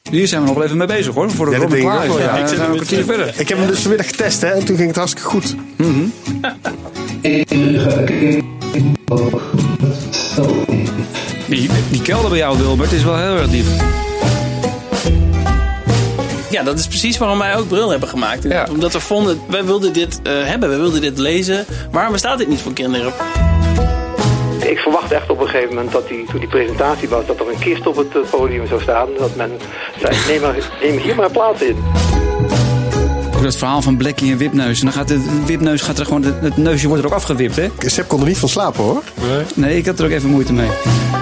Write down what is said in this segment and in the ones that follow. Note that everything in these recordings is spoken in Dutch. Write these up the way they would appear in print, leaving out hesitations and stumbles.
Hier zijn we nog wel even mee bezig hoor. Voor de ronde klaar is. Ja, zijn we een kwartier verder. Ik heb hem dus vanmiddag getest hè, en toen ging het hartstikke goed. Mm-hmm. Die kelder bij jou, Wilbert, is wel heel erg diep. Ja, dat is precies waarom wij ook Bril hebben gemaakt. Ja. Omdat we vonden, wij wilden dit hebben, we wilden dit lezen. Waarom bestaat dit niet voor kinderen? Ik verwacht echt op een gegeven moment dat toen die presentatie was, dat er een kist op het podium zou staan. Dat men zei, neem hier maar plaats in. Ook dat verhaal van Blackie en Wipneus. En dan gaat de Wipneus gaat er gewoon, het neusje wordt er ook afgewipt, hè? Sepp kon er niet van slapen, hoor. Nee, ik had er ook even moeite mee.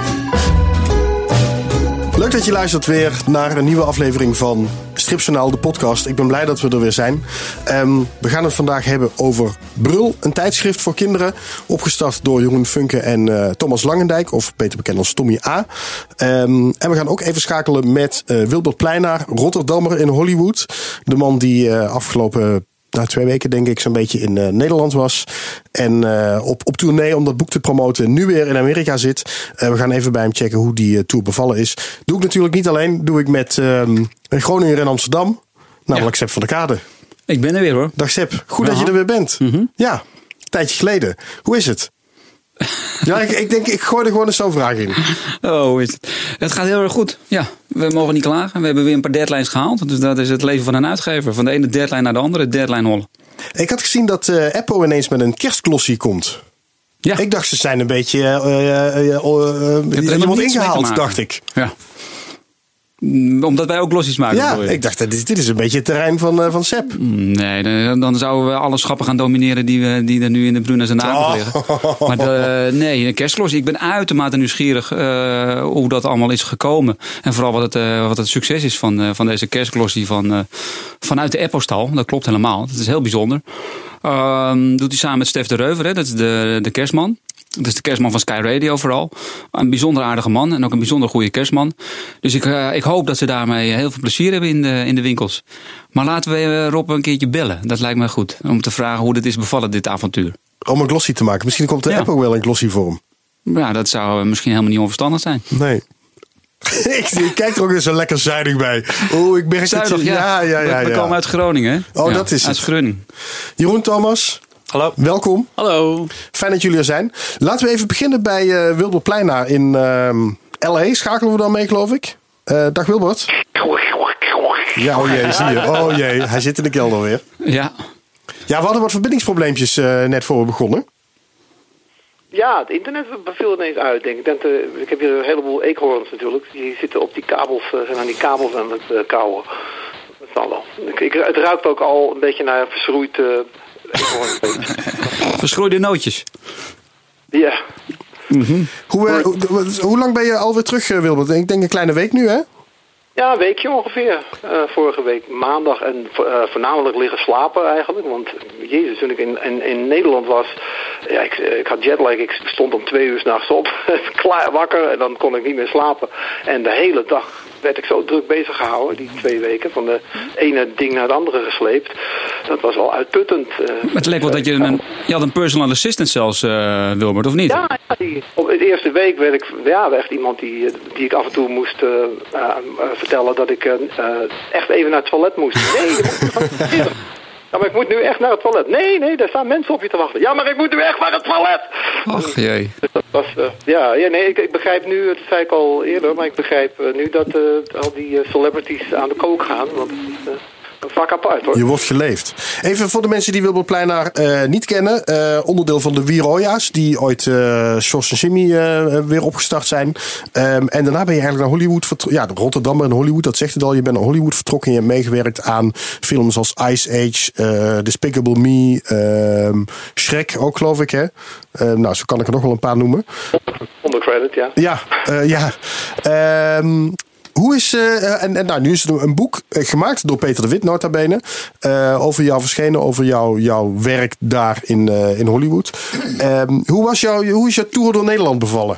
Leuk dat je luistert weer naar een nieuwe aflevering van Stripjournaal, de podcast. Ik ben blij dat we er weer zijn. We gaan het vandaag hebben over Brul, een tijdschrift voor kinderen. Opgestart door Jeroen Funke en Thomas Langendijk, of beter bekend als Tommy A. En we gaan ook even schakelen met Wilbert Pleinaar, Rotterdammer in Hollywood. De man die afgelopen 2 weken denk ik zo'n beetje in Nederland was. En op tournee om dat boek te promoten nu weer in Amerika zit. We gaan even bij hem checken hoe die tour bevallen is. Doe ik natuurlijk niet alleen. Doe ik met een Groninger in Amsterdam. Namelijk Sepp van der Kade. Ik ben er weer hoor. Dag Sepp. Goed dat je er weer bent. Mm-hmm. Ja, een tijdje geleden. Hoe is het? Ja, ik denk, ik gooi er gewoon eens zo'n vraag in. Oh, hoe is het? Het gaat heel erg goed. Ja, we mogen niet klagen. We hebben weer een paar deadlines gehaald. Dus dat is het leven van een uitgever. Van de ene deadline naar de andere deadline hollen. Ik had gezien dat Apple ineens met een kerstglossie komt. Ja. Ik dacht, ze zijn een beetje je wordt ingehaald, dacht ik. Ja. Omdat wij ook glossies maken. Ja, ik dacht, dit is een beetje het terrein van Sepp. Nee, dan zouden we alle schappen gaan domineren die er nu in de Brunas en de Avond liggen. Maar nee, een kerstglossie. Ik ben uitermate nieuwsgierig hoe dat allemaal is gekomen. En vooral wat het succes is van deze kerstglossie vanuit de Apple-stal. Dat klopt helemaal. Dat is heel bijzonder. Doet hij samen met Stef de Reuver, hè? Dat is de kerstman. Dat is de kerstman van Sky Radio vooral. Een bijzonder aardige man en ook een bijzonder goede kerstman. Dus ik hoop dat ze daarmee heel veel plezier hebben in de winkels. Maar laten we Rob een keertje bellen. Dat lijkt mij goed. Om te vragen hoe dit is bevallen, dit avontuur. Om een glossy te maken. Misschien komt de app ook wel in glossy vorm. Ja, dat zou misschien helemaal niet onverstandig zijn. Nee. Ik kijk er ook eens zo lekker zuinig bij. Oh, ik merk zuinig, dat je... Ja. We komen uit Groningen, hè? Oh, ja, dat is uit het. Groningen. Jeroen, Thomas... Hallo. Welkom. Hallo. Fijn dat jullie er zijn. Laten we even beginnen bij Wilbert Pleinaar in L.A. Schakelen we dan mee, geloof ik. Dag Wilbert. Ja, oh jee, zie je. Oh jee, hij zit in de kelder weer. Ja. Ja, we hadden wat verbindingsprobleempjes net voor we begonnen. Ja, het internet viel ineens uit, denk ik. Ik heb hier een heleboel eekhoorns natuurlijk. Die zitten op die kabels, zijn aan die kabels aan het kauwen. Dat zal wel. Het ruikt ook al een beetje naar verschroeid... Verschroeide nootjes. Ja. Mm-hmm. Hoe lang ben je alweer terug, Wilbert? Ik denk een kleine week nu, hè? Ja, een weekje ongeveer. Vorige week maandag en voornamelijk liggen slapen eigenlijk. Want jezus, toen ik in Nederland was, ja, ik had jetlag. Ik stond om 2 uur 's nachts op, klaar wakker en dan kon ik niet meer slapen. En de hele dag werd ik zo druk bezig gehouden, die 2 weken. Van de ene ding naar het andere gesleept. Dat was wel uitputtend. Maar het leek wel dat je had een personal assistant zelfs, Wilbert, of niet? Ja, op de eerste week werd ik echt iemand die ik af en toe moest vertellen dat ik echt even naar het toilet moest. Nee, ja, maar ik moet nu echt naar het toilet. Nee, daar staan mensen op je te wachten. Ja, maar ik moet nu echt naar het toilet. Ach jee. Dus dat was, ik begrijp nu, dat zei ik al eerder, maar ik begrijp nu dat al die celebrities aan de kook gaan. Want het is een vak apart, hoor. Je wordt geleefd. Even voor de mensen die Wilbert Pleinaar niet kennen. Onderdeel van de Wieroya's, die ooit Sjors en Jimmy weer opgestart zijn. En daarna ben je eigenlijk naar Hollywood vertrokken. Ja, Rotterdam en Hollywood, dat zegt het al. Je bent naar Hollywood vertrokken en je hebt meegewerkt aan films als Ice Age, Despicable Me, Shrek ook, geloof ik, hè? Nou, zo kan ik er nog wel een paar noemen. Onder credit, ja. Ja. Hoe is, nu is er een boek gemaakt door Peter de Wit, nota bene, over jou verschenen, over jouw werk daar in Hollywood. Hoe is jouw tour door Nederland bevallen?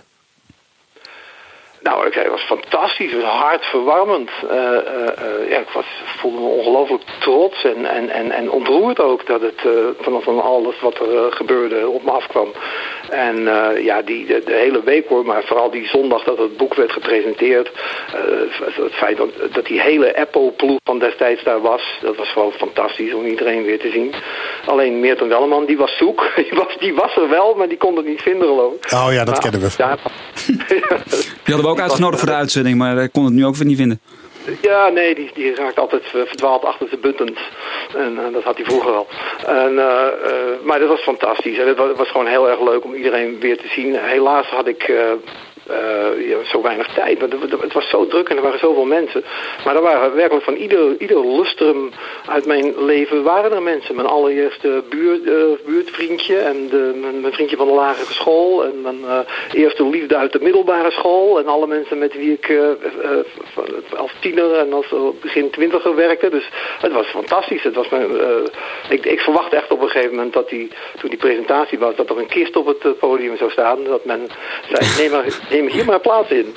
Nou, het was fantastisch. Het was hartverwarmend. Ik voelde me ongelooflijk trots en ontroerd ook dat het van alles wat er gebeurde op me afkwam. En de hele week hoor, maar vooral die zondag dat het boek werd gepresenteerd. Het feit dat die hele Apple-ploeg van destijds daar was, dat was gewoon fantastisch om iedereen weer te zien. Alleen Meerten Welleman, die was zoek. Die was er wel, maar die kon het niet vinden geloof ik. Oh ja, dat kennen we. Die hadden we ook uitgenodigd voor de uitzending, maar ik kon het nu ook weer niet vinden. Ja, nee, die raakt altijd verdwaald achter zijn buttons. En dat had hij vroeger al. Maar dat was fantastisch. En het was gewoon heel erg leuk om iedereen weer te zien. Helaas had ik zo weinig tijd. Het was zo druk en er waren zoveel mensen. Maar er waren werkelijk van ieder lustrum uit mijn leven waren er mensen. Mijn allereerste buurtvriendje en mijn vriendje van de lagere school. En mijn eerste liefde uit de middelbare school. En alle mensen met wie ik als tiener en als begin twintiger werkte. Dus het was fantastisch. Het was ik verwachtte echt op een gegeven moment dat toen die presentatie was, dat er een kist op het podium zou staan. Dat men zei, neem hier maar plaats in.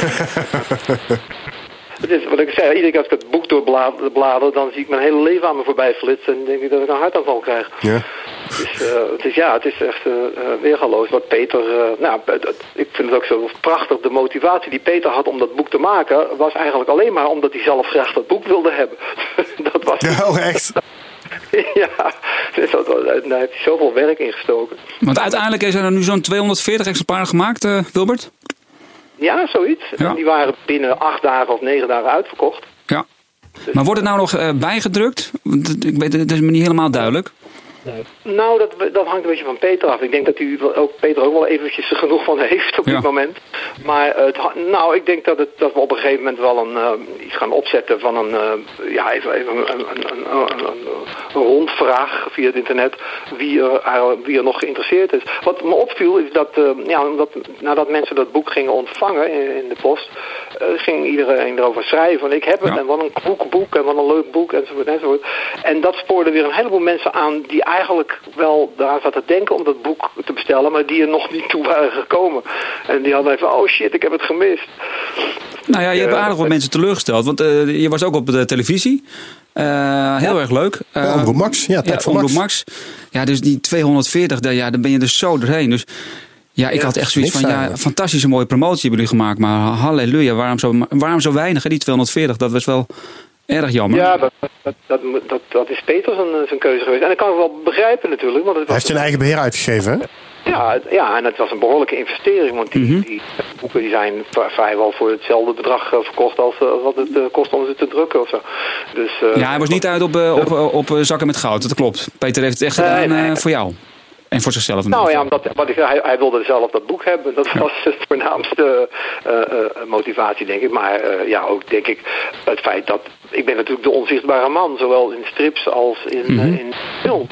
Het is wat ik zei, iedere keer als ik het boek doorblader, dan zie ik mijn hele leven aan me voorbij flitsen en denk ik dat ik een hartaanval krijg. Ja. Het is echt weergaloos wat Peter... ik vind het ook zo prachtig. De motivatie die Peter had om dat boek te maken was eigenlijk alleen maar omdat hij zelf graag dat boek wilde hebben. Dat was echt? Ja, daar heeft hij zoveel werk in gestoken. Want uiteindelijk zijn er nu zo'n 240 exemplaren gemaakt, Wilbert? Ja, zoiets. Ja. En die waren binnen 8 dagen of 9 dagen uitverkocht. Ja. Dus maar wordt het nou nog bijgedrukt? Dat is me niet helemaal duidelijk. Nee. Nou, dat hangt een beetje van Peter af. Ik denk dat Peter ook wel eventjes er genoeg van heeft op dit moment. Maar ik denk dat we op een gegeven moment wel iets gaan opzetten van een rondvraag via het internet wie er nog geïnteresseerd is. Wat me opviel is dat nadat mensen dat boek gingen ontvangen in de post, ging iedereen erover schrijven van ik heb het en wat een boek en wat een leuk boek enzovoort. En dat spoorde weer een heleboel mensen aan die eigenlijk wel daar zaten te denken om dat boek te bestellen, maar die er nog niet toe waren gekomen. En die hadden even, oh shit, ik heb het gemist. Nou ja, je hebt aardig wat mensen teleurgesteld, want je was ook op de televisie. Heel erg leuk. Omroep Max, tijd voor Omroep Max. Ja, dus die 240, daar ben je dus zo doorheen. Dus ja, ik had echt zoiets van, fantastische mooie promotie hebben jullie gemaakt, maar halleluja, waarom zo weinig, hè, die 240, dat was wel erg jammer. Ja, dat is Peter zijn keuze geweest. En dat kan ik wel begrijpen natuurlijk. Want hij heeft zijn eigen beheer uitgegeven, hè? Ja, en het was een behoorlijke investering. Want die boeken die zijn vrijwel voor hetzelfde bedrag verkocht als wat het kost om ze te drukken of zo. Dus, hij was niet uit op zakken met goud, dat klopt. Peter heeft het echt gedaan voor jou. En voor zichzelf. Nou ja, hij wilde zelf dat boek hebben. Dat was het voornaamste motivatie, denk ik. Maar ook denk ik het feit dat... Ik ben natuurlijk de onzichtbare man, zowel in strips als in film.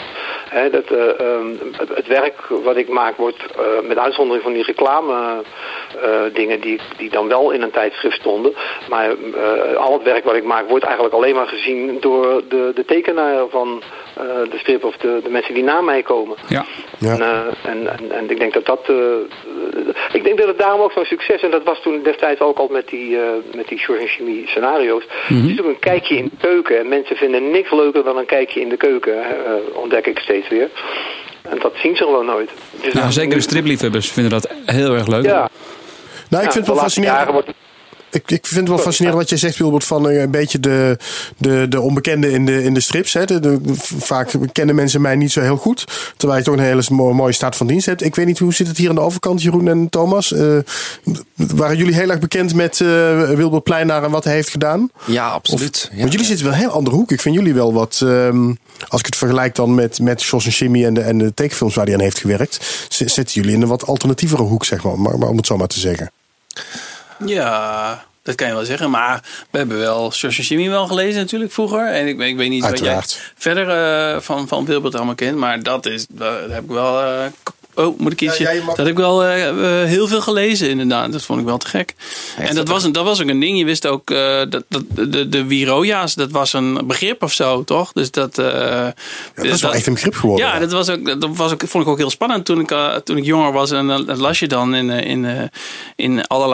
Het werk wat ik maak wordt, met uitzondering van die reclame dingen die dan wel in een tijdschrift stonden. Maar al het werk wat ik maak wordt eigenlijk alleen maar gezien door de tekenaar van de strip of de mensen die na mij komen. Ja. En ik denk ik denk dat het daarom ook zo'n succes, en dat was toen destijds ook al met die George en Chimie scenario's. Het is ook een kijkje in de keuken. En mensen vinden niks leuker dan een kijkje in de keuken, ontdek ik steeds weer. En dat zien ze gewoon nooit. Dus zeker de stripliefhebbers vinden dat heel erg leuk. Ja. Nou, ik vind het wel fascinerend. Ik vind het wel fascinerend wat jij zegt, Wilbert, van een beetje de onbekende in de strips. Hè. Vaak kennen mensen mij niet zo heel goed, terwijl je toch een hele mooie staat van dienst hebt. Ik weet niet, hoe zit het hier aan de overkant, Jeroen en Thomas? Waren jullie heel erg bekend met Wilbert Pleinaar en wat hij heeft gedaan? Ja, absoluut. Want jullie zitten wel een heel andere hoek. Ik vind jullie wel wat, als ik het vergelijk dan met George en Chimie en de tekenfilms waar hij aan heeft gewerkt, zitten jullie in een wat alternatievere hoek, zeg maar om het zo maar te zeggen. Ja, dat kan je wel zeggen. Maar we hebben wel George en Chimie wel gelezen natuurlijk vroeger. En ik weet niet uiteraard wat jij verder van Wilbert allemaal kent. Maar dat heb ik wel... moet ik kiezen? Ja, dat heb ik wel heel veel gelezen inderdaad. Dat vond ik wel te gek. Echt, en dat was ook een ding. Je wist ook de Wiroja's, dat was een begrip of zo, toch? Dus dat is wel echt een begrip geworden. Ja, dat vond ik ook heel spannend toen ik jonger was. En dat las je dan in allerlei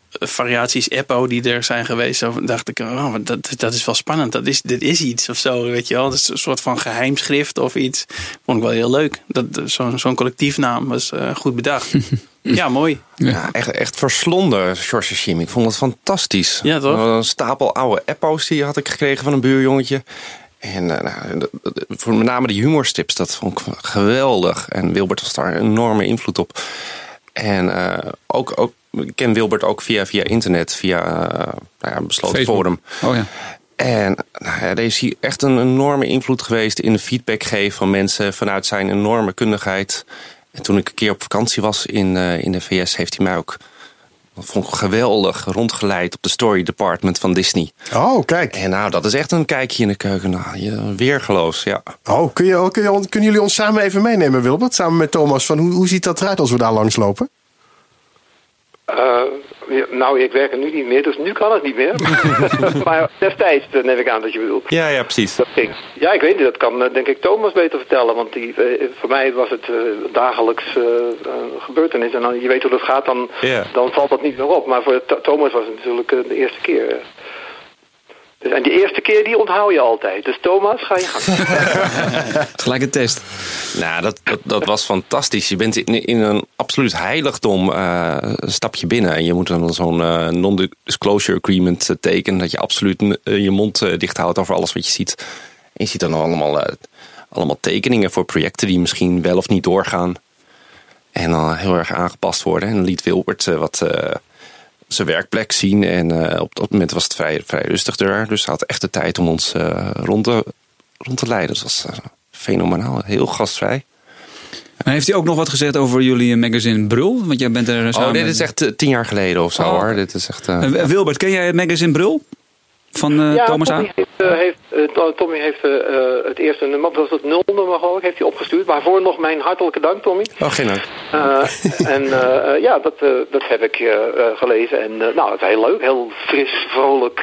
variaties Eppo die er zijn geweest. Zo dacht ik, dat is wel spannend. Dit is iets of zo, weet je wel. Dat is een soort van geheimschrift of iets. Vond ik wel heel leuk. Zo'n collectiefnaam was goed bedacht. Ja, mooi. Ja, echt verslonden, George Hashim. Ik vond het fantastisch. Ja, toch? Een stapel oude Eppo's die had ik gekregen van een buurjongetje. En voor met name de humorstrips, dat vond ik geweldig. En Wilbert was daar een enorme invloed op. En ook ik ken Wilbert ook via internet, via een besloten forum. Oh ja. En er is hier echt een enorme invloed geweest in de feedback geven van mensen vanuit zijn enorme kundigheid. En toen ik een keer op vakantie was in de VS, heeft hij mij ook, dat vond ik geweldig, rondgeleid op de story department van Disney. Oh, kijk. En dat is echt een kijkje in de keuken. Weergeloos, ja. Oh, kunnen jullie ons samen even meenemen, Wilbert? Samen met Thomas, van hoe ziet dat eruit als we daar langslopen? Ik werk er nu niet meer, dus nu kan het niet meer. Maar destijds neem ik aan dat je bedoelt. Ja, precies. Dat ging. Ja, ik weet niet, dat kan denk ik Thomas beter vertellen. Want voor mij was het dagelijks gebeurtenis. En dan, je weet hoe dat gaat, dan valt dat niet meer op. Maar voor Thomas was het natuurlijk de eerste keer. Dus, en die eerste keer, die onthoud je altijd. Dus Thomas, ga je gang. Gelijk een test. Nou, dat was fantastisch. Je bent in een absoluut heiligdom stap je binnen. En je moet dan zo'n non-disclosure agreement tekenen. Dat je absoluut je mond dicht houdt over alles wat je ziet. En je ziet dan allemaal tekeningen voor projecten die misschien wel of niet doorgaan. En dan heel erg aangepast worden. En dan liet Wilbert zijn werkplek zien. En op dat moment was het vrij rustig daar. Dus hij had echt de tijd om ons rond te leiden. Dat was fenomenaal. Heel gastvrij. Maar heeft hij ook nog wat gezegd over jullie magazine Brul? Want jij bent er samen dit is echt 10 jaar geleden of zo hoor. Dit is echt, Wilbert, ken jij het magazine Brul? Van Thomas aan? Tommy heeft het eerste nummer, dat was het 0-nummer geloof ik, heeft hij opgestuurd. Waarvoor nog mijn hartelijke dank, Tommy. Oh, geen dank. Dat heb ik gelezen. En het is heel leuk, heel fris, vrolijk,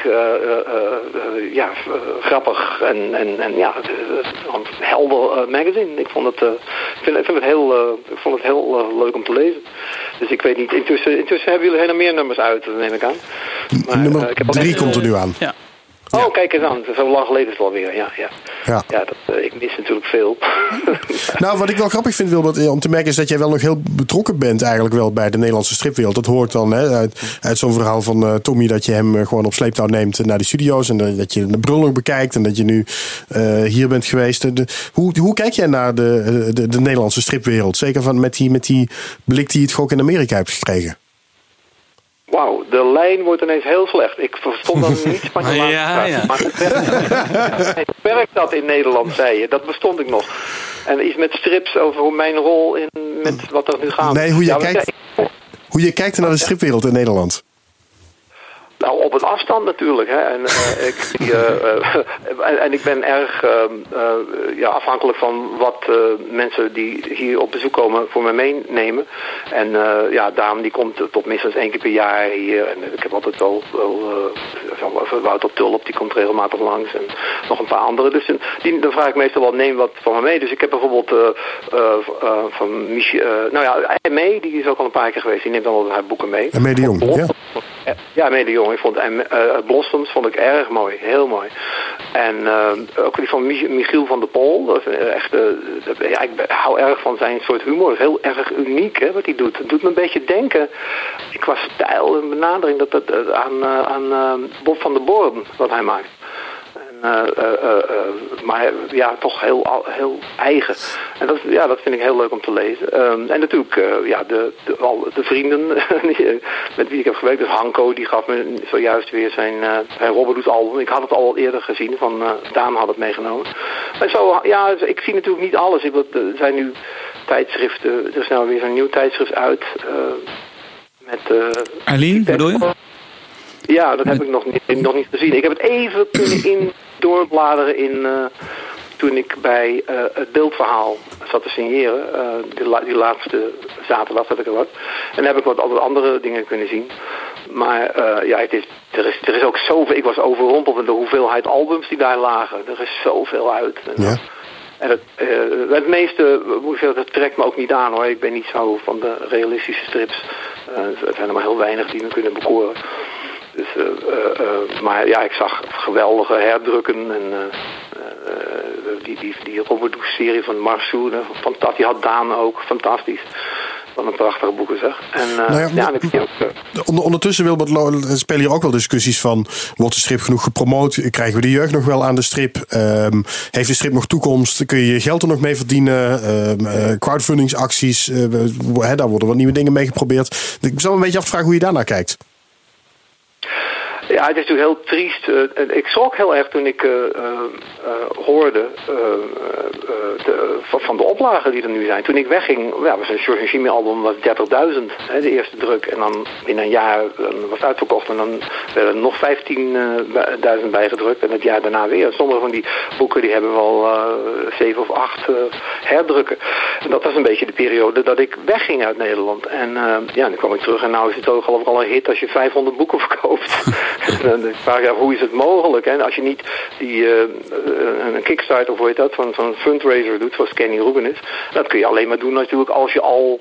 grappig en helder magazine. Ik vond het heel leuk om te lezen. Dus ik weet niet, intussen hebben jullie helemaal meer nummers uit, neem ik aan. Maar, nummer 3 komt er nu aan. Ja. Oh, kijk eens aan. Zo lang geleden is het alweer. Ja. Ik mis natuurlijk veel. Nou, wat ik wel grappig vind, Wilbert, om te merken is dat jij wel nog heel betrokken bent eigenlijk wel bij de Nederlandse stripwereld. Dat hoort dan uit zo'n verhaal van Tommy, dat je hem gewoon op sleeptouw neemt naar die studio's en dat je de Brul nog bekijkt en dat je nu hier bent geweest. Hoe kijk jij naar de Nederlandse stripwereld? Zeker met die blik die je het ook in Amerika hebt gekregen. Wauw, de lijn wordt ineens heel slecht. Ik verstond dan niets van je laatste. Maar hoe werkt dat in Nederland, zei je? Dat bestond ik nog. En iets met strips over mijn rol met wat er nu gaat. Nee, hoe je kijkt naar de stripwereld in Nederland. Nou, op een afstand natuurlijk. Hè. En ik ben erg afhankelijk van wat mensen die hier op bezoek komen voor me meenemen. En Daan die komt tot minstens 1 keer per jaar hier. En ik heb altijd wel Wouter Tulp, die komt regelmatig langs. En nog een paar anderen. Dus dan vraag ik meestal wel, neem wat van me mee. Dus ik heb bijvoorbeeld van Michel... Mee, die is ook al een paar keer geweest. Die neemt dan wel haar boeken mee. En Mee de Jong, ja. Ja, Mee de Jong. Ik vond Blossoms vond ik erg mooi. Heel mooi. En ook die van Michiel van der Pol. Dat is echt, ik hou erg van zijn soort humor. Dat is heel erg uniek, hè, wat hij doet. Het doet me een beetje denken, qua stijl en benadering, aan Bob van der Born, wat hij maakt. Maar toch heel eigen. En dat vind ik heel leuk om te lezen. En natuurlijk, de vrienden met wie ik heb gewerkt. Dus Hanko, die gaf me zojuist weer zijn Robert Doet album. Ik had het al eerder gezien, van Daan had het meegenomen. En zo, ik zie natuurlijk niet alles. Er zijn nu tijdschriften, er is nou weer zo'n nieuw tijdschrift uit. Met Arlene, bedoel je? Ja, dat heb ik nog niet gezien. Ik heb het even kunnen doorbladeren toen ik bij het beeldverhaal zat te signeren. Die laatste zaterdag dat ik er was. En dan heb ik wat andere dingen kunnen zien. Maar er is ook zoveel. Ik was overrompeld met de hoeveelheid albums die daar lagen. Er is zoveel uit. Ja. En het meeste, dat trekt me ook niet aan hoor. Ik ben niet zo van de realistische strips. Er zijn er maar heel weinig die me kunnen bekoren. Dus, maar ja, ik zag geweldige herdrukken en die Robert Does-serie van Marceau, fantastisch. Die had Daan ook, fantastisch. Wat een prachtige boeken, zeg. En ondertussen, Wilbert, spelen hier ook wel discussies van, wordt de strip genoeg gepromoot? Krijgen we de jeugd nog wel aan de strip? Heeft de strip nog toekomst? Kun je je geld er nog mee verdienen? Crowdfundingsacties, daar worden wat nieuwe dingen mee geprobeerd. Ik zou een beetje afvragen hoe je daarnaar kijkt. Ja, het is natuurlijk heel triest. Ik schrok heel erg toen ik hoorde van de oplagen die er nu zijn. Toen ik wegging, was een George Jimmy album was 30.000, de eerste druk. En dan in een jaar was het uitverkocht en dan werden er nog 15.000 bijgedrukt. En het jaar daarna weer. Sommige van die boeken die hebben wel 7 of 8 herdrukken. En dat was een beetje de periode dat ik wegging uit Nederland. En dan kwam ik terug en nou is het ook geloof ik al een hit als je 500 boeken verkoopt. Dan vraag je af, hoe is het mogelijk? Hè? Als je niet een Kickstarter, of hoe heet dat, van een fundraiser doet, zoals Kenny Rubin is. Dat kun je alleen maar doen natuurlijk als je al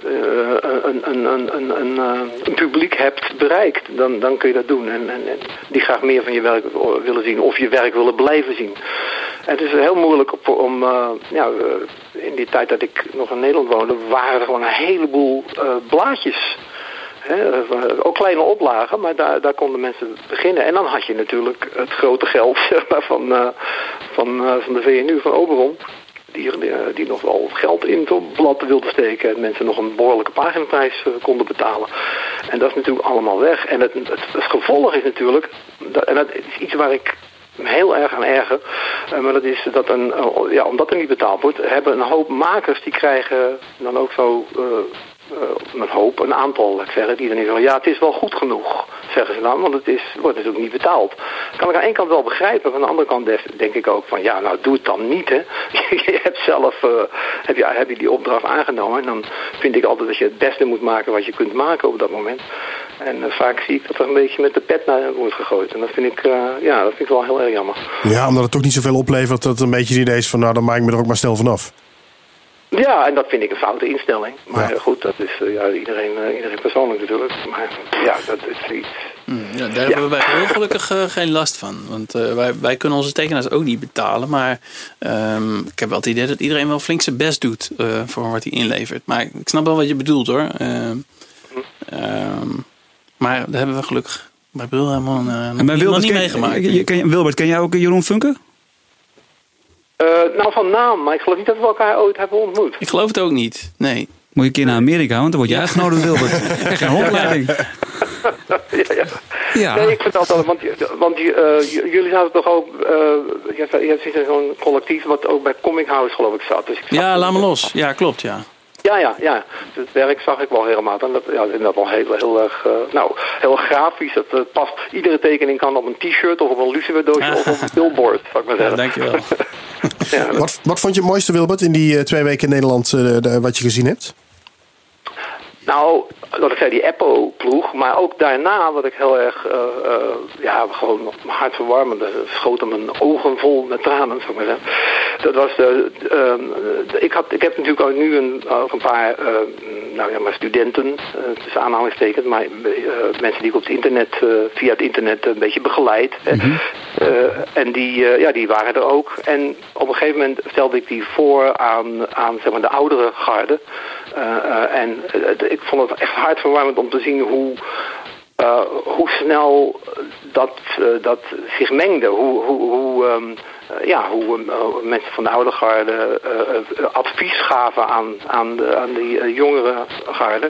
een publiek hebt bereikt. Dan kun je dat doen. En die graag meer van je werk willen zien. Of je werk willen blijven zien. En het is heel moeilijk om in die tijd dat ik nog in Nederland woonde, waren er gewoon een heleboel blaadjes. Ook kleine oplagen, maar daar konden mensen beginnen. En dan had je natuurlijk het grote geld van de VNU, van Oberon, die nog wel geld in het blad wilde steken en mensen nog een behoorlijke paginaprijs konden betalen. En dat is natuurlijk allemaal weg. En het gevolg is natuurlijk, en dat is iets waar ik heel erg aan erger, maar dat is dat omdat er niet betaald wordt, hebben een hoop makers, die krijgen dan ook zo een aantal, laat ik zeggen, die dan zeggen, ja, het is wel goed genoeg, zeggen ze dan, want wordt natuurlijk niet betaald. Dat kan ik aan één kant wel begrijpen, van de andere kant denk ik ook van, ja, nou, doe het dan niet, hè. Je hebt zelf, heb je die opdracht aangenomen en dan vind ik altijd dat je het beste moet maken wat je kunt maken op dat moment. En vaak zie ik dat er een beetje met de pet naar wordt gegooid. En dat vind ik wel heel erg jammer. Ja, omdat het toch niet zoveel oplevert, dat het een beetje het idee is van, nou, dan maak ik me er ook maar snel vanaf. Ja, en dat vind ik een foute instelling. Maar goed, dat is iedereen persoonlijk natuurlijk. Maar ja, dat is iets. Daar hebben we bij heel gelukkig geen last van. Want wij kunnen onze tekenaars ook niet betalen. Maar ik heb wel het idee dat iedereen wel flink zijn best doet voor wat hij inlevert. Maar ik snap wel wat je bedoelt, hoor. Maar daar hebben we gelukkig bij Brul helemaal nog niet meegemaakt. Wilbert, ken jij ook Jeroen Funke? Nou, van naam, maar ik geloof niet dat we elkaar ooit hebben ontmoet. Ik geloof het ook niet, nee. Moet je een keer naar Amerika, want dan word je uitgenodigd, Wilbert. Echt een rondleiding. Ja. Nee, ik vind dat wel, want jullie zaten toch ook, je hebt zo'n collectief wat ook bij Comic House geloof ik zat. Dus ja, laat me los. Ja, klopt, ja. Ja. Dus het werk zag ik wel helemaal. En dat is wel heel erg heel grafisch. Dat past. Iedere tekening kan op een t-shirt of op een luciferdoosje of op een billboard, zou ik maar zeggen. Ja, dankjewel. Ja, wat vond je het mooiste, Wilbert, in die 2 weken in Nederland wat je gezien hebt? Nou, wat ik zei, die Eppo-ploeg, maar ook daarna wat ik heel erg, gewoon hartverwarmend, schoten mijn ogen vol met tranen, zou ik maar zeggen. Dat was ik heb natuurlijk ook nu een paar, maar studenten, tussen aanhalingstekens, maar mensen die ik op het internet, via het internet een beetje begeleid. Mm-hmm. En die waren er ook. En op een gegeven moment stelde ik die voor aan zeg maar de oudere garde. En ik vond het echt hartverwarmend om te zien hoe snel dat zich mengde. Hoe mensen van de oude garde advies gaven aan die jongere garde.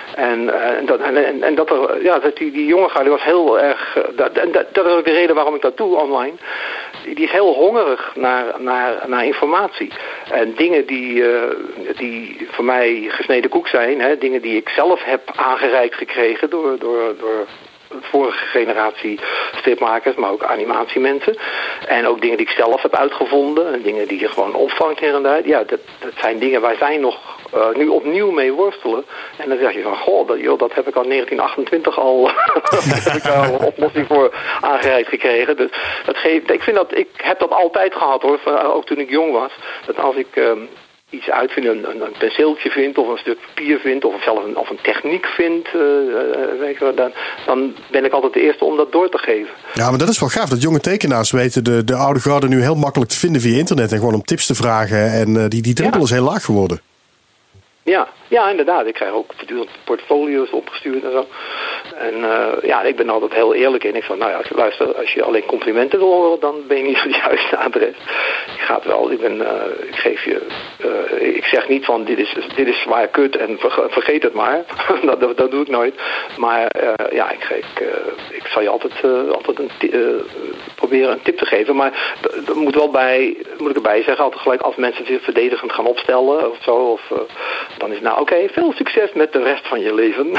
En dat die jonge garde was heel erg. Dat is ook de reden waarom ik dat doe online. Die is heel hongerig naar informatie. En dingen die voor mij gesneden koek zijn, hè, dingen die ik zelf heb aangereikt gekregen door vorige generatie stripmakers, maar ook animatiemensen. En ook dingen die ik zelf heb uitgevonden. En dingen die je gewoon opvangt hier en daar. Ja, dat zijn dingen waar zij nog nu opnieuw mee worstelen. En dan zeg je van, dat heb ik al 1928 al heb ik daar een oplossing voor aangereikt gekregen. Dus ik heb dat altijd gehad, hoor. Ook toen ik jong was. Dat als ik iets uitvinden, een penseeltje vindt of een stuk papier vindt of zelfs een techniek vindt, weet je wel, dan ben ik altijd de eerste om dat door te geven. Ja, maar dat is wel gaaf. Dat jonge tekenaars weten de oude garde nu heel makkelijk te vinden via internet en gewoon om tips te vragen. En die drempel is heel laag geworden. Ja, inderdaad. Ik krijg ook voortdurend portfolio's opgestuurd en zo. En ik ben er altijd heel eerlijk in. Ik van, nou ja, luister, als je alleen complimenten wil horen, dan ben je niet op het juiste adres. Je gaat wel, ik geef je, ik zeg niet van, dit is zwaar kut en vergeet het maar. dat doe ik nooit. Maar ik zal je altijd proberen een tip te geven. Maar dat moet ik erbij zeggen, altijd gelijk als mensen zich verdedigend gaan opstellen of zo, dan is nou oké, veel succes met de rest van je leven.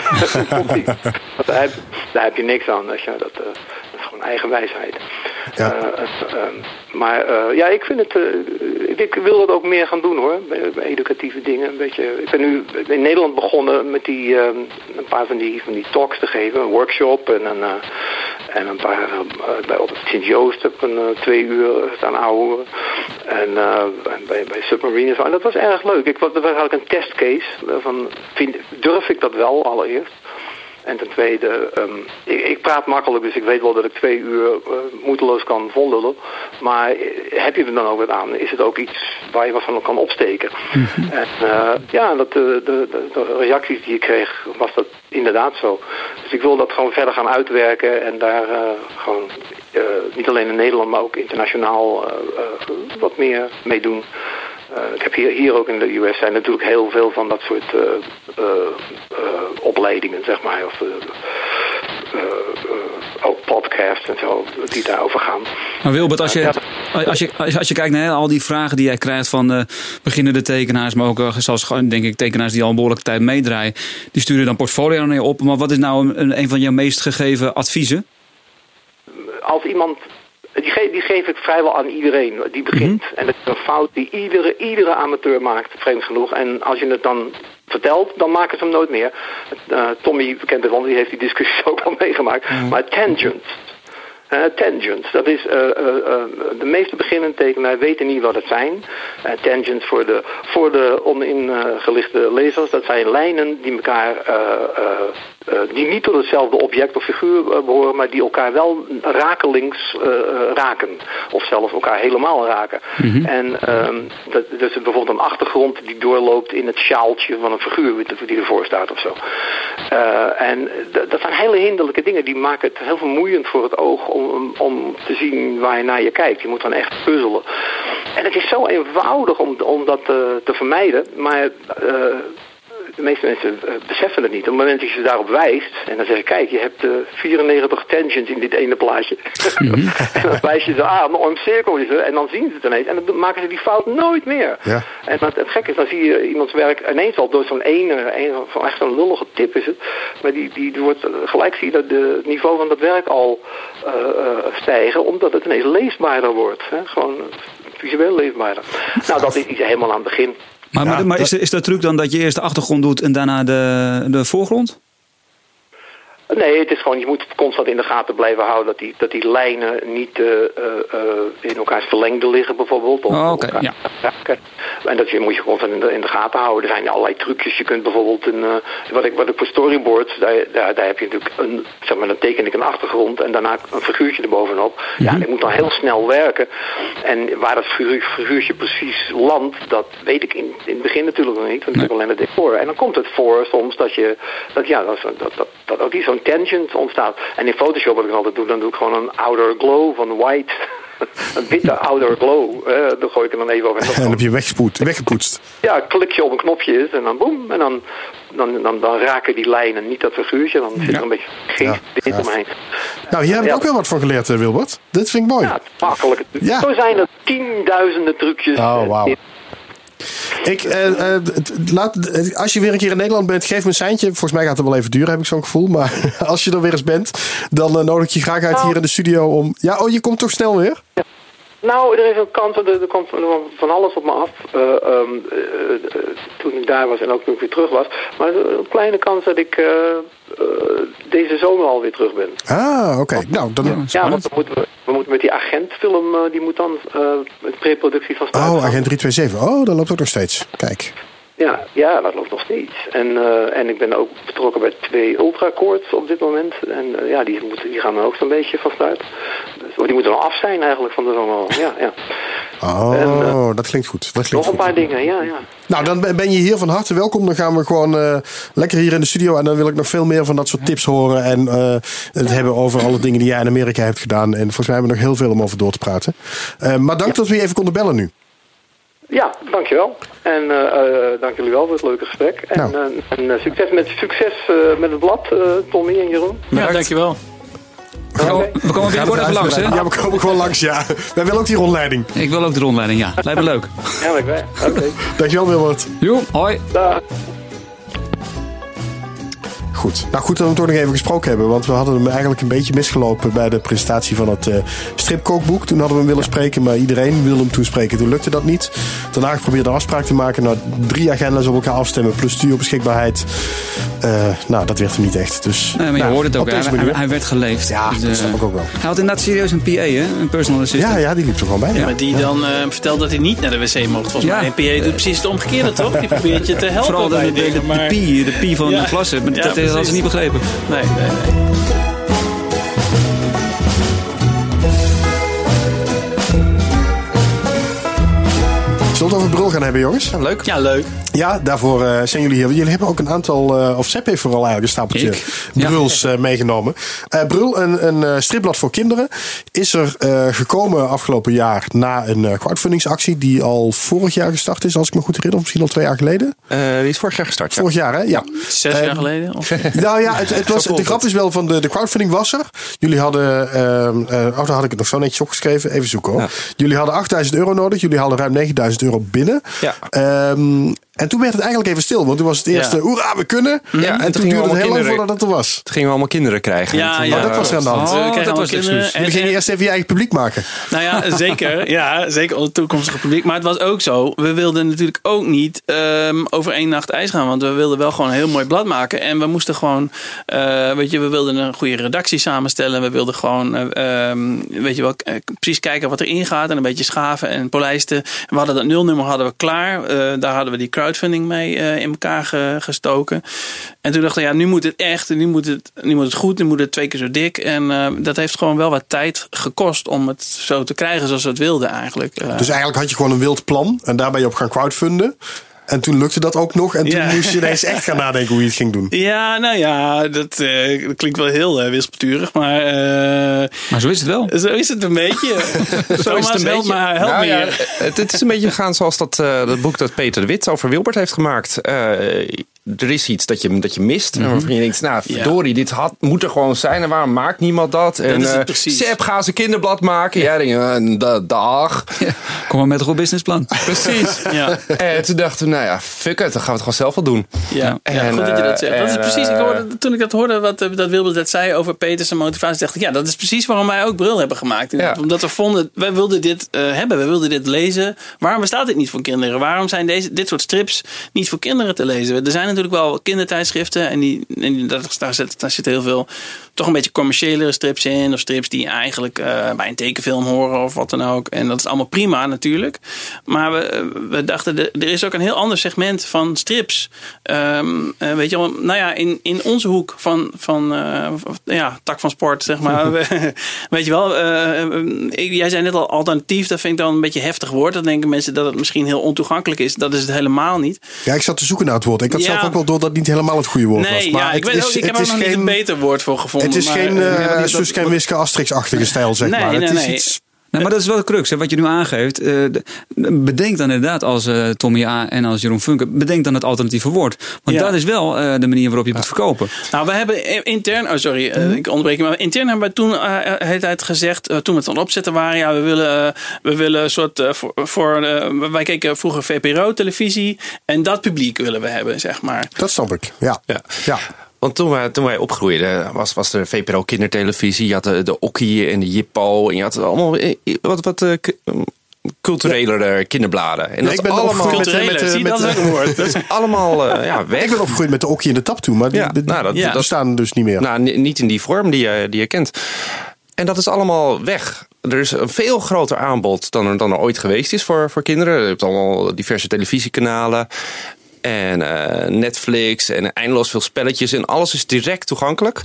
Daar heb je niks aan. Dat is gewoon eigen wijsheid. Ja. Ik vind het. Ik wil dat ook meer gaan doen hoor. Bij educatieve dingen. Een beetje. Ik ben nu in Nederland begonnen met een paar van die talks te geven. Een workshop en een paar bij Sint-Joost heb ik 2 uur staan ouwen. En bij Submarine. En dat was erg leuk. Dat was eigenlijk een testcase. Durf ik dat wel allereerst? En ten tweede, ik praat makkelijk, dus ik weet wel dat ik 2 uur moeiteloos kan vollullen. Maar heb je er dan ook wat aan? Is het ook iets waar je wat van kan opsteken? Mm-hmm. En de reacties die ik kreeg, was dat inderdaad zo. Dus ik wil dat gewoon verder gaan uitwerken en daar gewoon niet alleen in Nederland, maar ook internationaal wat meer mee doen. Ik heb hier ook in de US zijn natuurlijk heel veel van dat soort opleidingen, zeg maar. Of ook podcasts en zo, die daarover gaan. Maar Wilbert, als je kijkt naar al die vragen die jij krijgt van beginnende tekenaars, maar ook zelfs denk ik tekenaars die al een behoorlijke tijd meedraaien, die sturen dan portfolio naar je op. Maar wat is nou een van jouw meest gegeven adviezen? Als iemand... Die geef ik vrijwel aan iedereen die begint. Mm-hmm. En dat is een fout die iedere amateur maakt, vreemd genoeg. En als je het dan vertelt, dan maken ze hem nooit meer. Tommy, bekend want die heeft die discussies ook al meegemaakt. Mm-hmm. Maar tangents, dat is de meeste beginnende tekenaars weten niet wat het zijn. Tangents voor de oningelichte lezers, dat zijn lijnen die elkaar die niet tot hetzelfde object of figuur behoren, maar die elkaar wel rakelings raken. Of zelfs elkaar helemaal raken. Mm-hmm. En dus bijvoorbeeld een achtergrond die doorloopt in het sjaaltje van een figuur die ervoor staat of zo. En dat zijn hele hinderlijke dingen. Die maken het heel vermoeiend voor het oog om te zien waar je naar je kijkt. Je moet dan echt puzzelen. En het is zo eenvoudig om dat te vermijden. Maar de meeste mensen beseffen het niet. Op het moment dat je ze daarop wijst, en dan zeg je, kijk, je hebt 94 tangents in dit ene plaatje. Mm-hmm. En dan wijs je ze aan, een cirkeltje, en dan zien ze het ineens. En dan maken ze die fout nooit meer. Ja. En het gekke is, dan zie je iemands werk ineens al door zo'n echt zo'n lullige tip is het. Maar die wordt, gelijk zie je dat het niveau van dat werk al stijgen, omdat het ineens leesbaarder wordt. Hè? Gewoon visueel leesbaarder. Nou, dat is iets helemaal aan het begin. Maar is de truc dan dat je eerst de achtergrond doet en daarna de voorgrond? Nee, het is gewoon, je moet constant in de gaten blijven houden dat die lijnen niet in elkaars verlengde liggen bijvoorbeeld. Ja. En dat moet je constant in de gaten houden. Er zijn allerlei trucjes. Je kunt bijvoorbeeld wat ik voor storyboards, daar heb je natuurlijk dan teken ik een achtergrond en daarna een figuurtje erbovenop. Mm-hmm. Ja, ik moet dan heel snel werken. En waar dat figuurtje precies landt, dat weet ik in het begin natuurlijk nog niet. Want ik heb alleen het decor. En dan komt het voor soms dat ook die zo'n tangent ontstaat. En in Photoshop wat ik altijd doe, dan doe ik gewoon een outer glow van white. Een witte outer glow. Dan gooi ik er dan even over. En dan heb je weggepoetst. Ja, klik je op een knopje en dan boem. En dan raken die lijnen niet dat figuurtje. Dan zit er een beetje geest om me heen. Nou, hier heb ik ook wel wat van geleerd, Wilbert. Dit vind ik mooi. Ja, makkelijk. Ja. Zo zijn er 10.000 trucjes. Oh, wauw. Als je weer een keer in Nederland bent, geef me een seintje. Volgens mij gaat het wel even duren, heb ik zo'n gevoel. Maar als je er weer eens bent, dan nodig ik je graag uit hier in de studio om... Ja, je komt toch snel weer? Nou, er is een kans, er komt van alles op me af. Toen ik daar was en ook toen ik weer terug was. Maar er is een kleine kans dat ik deze zomer alweer terug ben. Ah, oké. Nou, dan... Ja, want we moeten met die agentfilm, die moet dan met preproductie van start. Oh, Agent 327. Oh, dat loopt ook nog steeds. Kijk. Ja, dat loopt nog steeds. En ik ben ook betrokken bij 2 ultrakoorts op dit moment. En die gaan dan ook zo'n beetje van start. Dus, die moeten dan af zijn eigenlijk van de zomer. Ja. Oh, dat klinkt goed. Nog een paar dingen, ja. Nou, dan ben je hier van harte welkom. Dan gaan we gewoon lekker hier in de studio. En dan wil ik nog veel meer van dat soort tips horen. En het hebben over alle dingen die jij in Amerika hebt gedaan. En volgens mij hebben we nog heel veel om over door te praten. Maar dank dat we je even konden bellen nu. Ja, dankjewel. En dank jullie wel voor het leuke gesprek. En succes met het blad, Tommy en Jeroen. Ja, dankjewel. We komen binnenkort even langs, hè? Ja, we komen gewoon langs, ja. Wij willen ook die rondleiding. Ik wil ook de rondleiding, ja. Lijkt me leuk. Ja, dat ben. Oké. Dankjewel, Wilbert. Jo, hoi. Dag. Goed. Nou, goed dat we hem toch nog even gesproken hebben. Want we hadden hem eigenlijk een beetje misgelopen bij de presentatie van het stripkookboek. Toen hadden we hem willen spreken, maar iedereen wilde hem toen spreken. Toen lukte dat niet. Daarna geprobeerd een afspraak te maken. Nou, 3 agenda's op elkaar afstemmen plus stuurbeschikbaarheid. Nou, dat werd hem niet echt. Dus, nee, maar je hoorde het ook. Hij werd geleefd. Ja, dus, dat snap ik ook wel. Hij had inderdaad serieus een PA, hè? Een personal assistant. Ja, die liep er gewoon bij. Ja, maar die dan vertelt dat hij niet naar de wc mocht. Volgens mij. Een PA doet precies het omgekeerde, toch? Die probeert je te helpen. Vooral de P van de klasse. Maar dat hadden ze niet begrepen. Nee. Zullen we het over Brul gaan hebben, jongens? Ja, leuk. Ja, leuk. Ja, daarvoor zijn jullie hier. Jullie hebben ook een aantal, of Sepp heeft vooral eigenlijk een stapeltje Bruls meegenomen. Brul, een stripblad voor kinderen, is er gekomen afgelopen jaar na een crowdfundingsactie die al vorig jaar gestart is, als ik me goed herinner, of misschien al 2 jaar geleden. Die is vorig jaar gestart. Vorig jaar, hè? Ja. 6 jaar geleden? Of? Nou ja, het was, de grap is wel van de crowdfunding was er. Jullie hadden, daar had ik het nog zo netjes opgeschreven, even zoeken hoor. Ja. Jullie hadden €8.000 nodig, jullie hadden ruim €9.000 binnen. Ja. En toen werd het eigenlijk even stil. Want toen was het eerste, hoera, we kunnen. Ja, en toen duurde het heel lang voordat het er was. Toen gingen we allemaal kinderen krijgen. Dat was er aan de hand. Dat was kinderen. En we gingen eerst even je eigen publiek maken. Nou ja, zeker. Ja, zeker het toekomstige publiek. Maar het was ook zo. We wilden natuurlijk ook niet over 1 nacht ijs gaan. Want we wilden wel gewoon een heel mooi blad maken. En we moesten gewoon, we wilden een goede redactie samenstellen. We wilden gewoon, precies kijken wat erin gaat. En een beetje schaven en polijsten. We hadden dat 0-nummer hadden we klaar. Daar hadden we die crowdfunding mee in elkaar gestoken. En toen dachten we, nu moet het echt, nu moet het goed, nu moet het 2 keer zo dik. En dat heeft gewoon wel wat tijd gekost om het zo te krijgen zoals we het wilden eigenlijk. Dus eigenlijk had je gewoon een wild plan en daar ben je op gaan crowdfunden. En toen lukte dat ook nog. En toen moest je ineens echt gaan nadenken hoe je het ging doen. Ja, nou ja, dat klinkt wel heel wispelturig. Maar zo is het wel. Zo is het een beetje. Zo is het een beetje. Maar help me. Ja, het is een beetje gegaan zoals dat boek dat Peter de Wit over Wilbert heeft gemaakt. Er is iets dat je mist. Mm-hmm. Waarvan je denkt, verdorie, dit moet er gewoon zijn. En waarom maakt niemand dat? En Sepp, ga ze kinderblad maken. Ja, dag. Ja. Kom maar met een goed businessplan. Precies. Ja. En toen dachten we, fuck it, dan gaan we het gewoon zelf wel doen. Ja, goed dat je dat zegt. Dat is precies, toen ik dat hoorde, dat Wilbert dat zei over Peters en motivatie, dacht ik, dat is precies waarom wij ook Brul hebben gemaakt. Ja. Omdat we vonden, wij wilden dit hebben, we wilden dit lezen. Waarom bestaat dit niet voor kinderen? Waarom zijn dit soort strips niet voor kinderen te lezen? Er zijn natuurlijk wel kindertijdschriften en daar zit heel veel toch een beetje commerciëlere strips in, of strips die eigenlijk bij een tekenfilm horen of wat dan ook. En dat is allemaal prima natuurlijk. Maar we dachten, er is ook een heel ander segment van strips. Weet je wel, in onze hoek van tak van sport, zeg maar. Weet je wel, jij zei net al alternatief, dat vind ik dan een beetje heftig woord. Dan denken mensen dat het misschien heel ontoegankelijk is. Dat is het helemaal niet. Ja, ik zat te zoeken naar het woord. Ik had zelf ook wel door dat het niet helemaal het goede woord was. Maar ik heb er nog niet een beter woord voor gevonden. Het is geen Suske en Wiske Asterix-achtige stijl, zeg maar. Het is iets... Nee, maar dat is wel de crux, hè, wat je nu aangeeft. Bedenk dan inderdaad als Tommy A. en als Jeroen Funke, bedenk dan het alternatieve woord. Want dat is wel de manier waarop je het moet verkopen. Nou, we hebben intern, ik onderbreek je, maar intern hebben we toen de hele tijd gezegd, toen we het aan het opzetten waren, we willen een soort, wij keken vroeger VPRO-televisie en dat publiek willen we hebben, zeg maar. Dat snap ik, ja. Want toen wij opgroeiden was de VPRO kindertelevisie. Je had de Okkie en de Jippo. En je had allemaal wat culturele kinderbladen. En dat ik ben allemaal culturele, dat is ook een woord. Dat is allemaal weg. Ik ben opgegroeid met de Okkie en de Taptoe, maar die bestaan dus niet meer. Nou, niet in die vorm die je kent. En dat is allemaal weg. Er is een veel groter aanbod dan er ooit geweest is voor kinderen. Je hebt allemaal diverse televisiekanalen. En Netflix en eindeloos veel spelletjes. En alles is direct toegankelijk.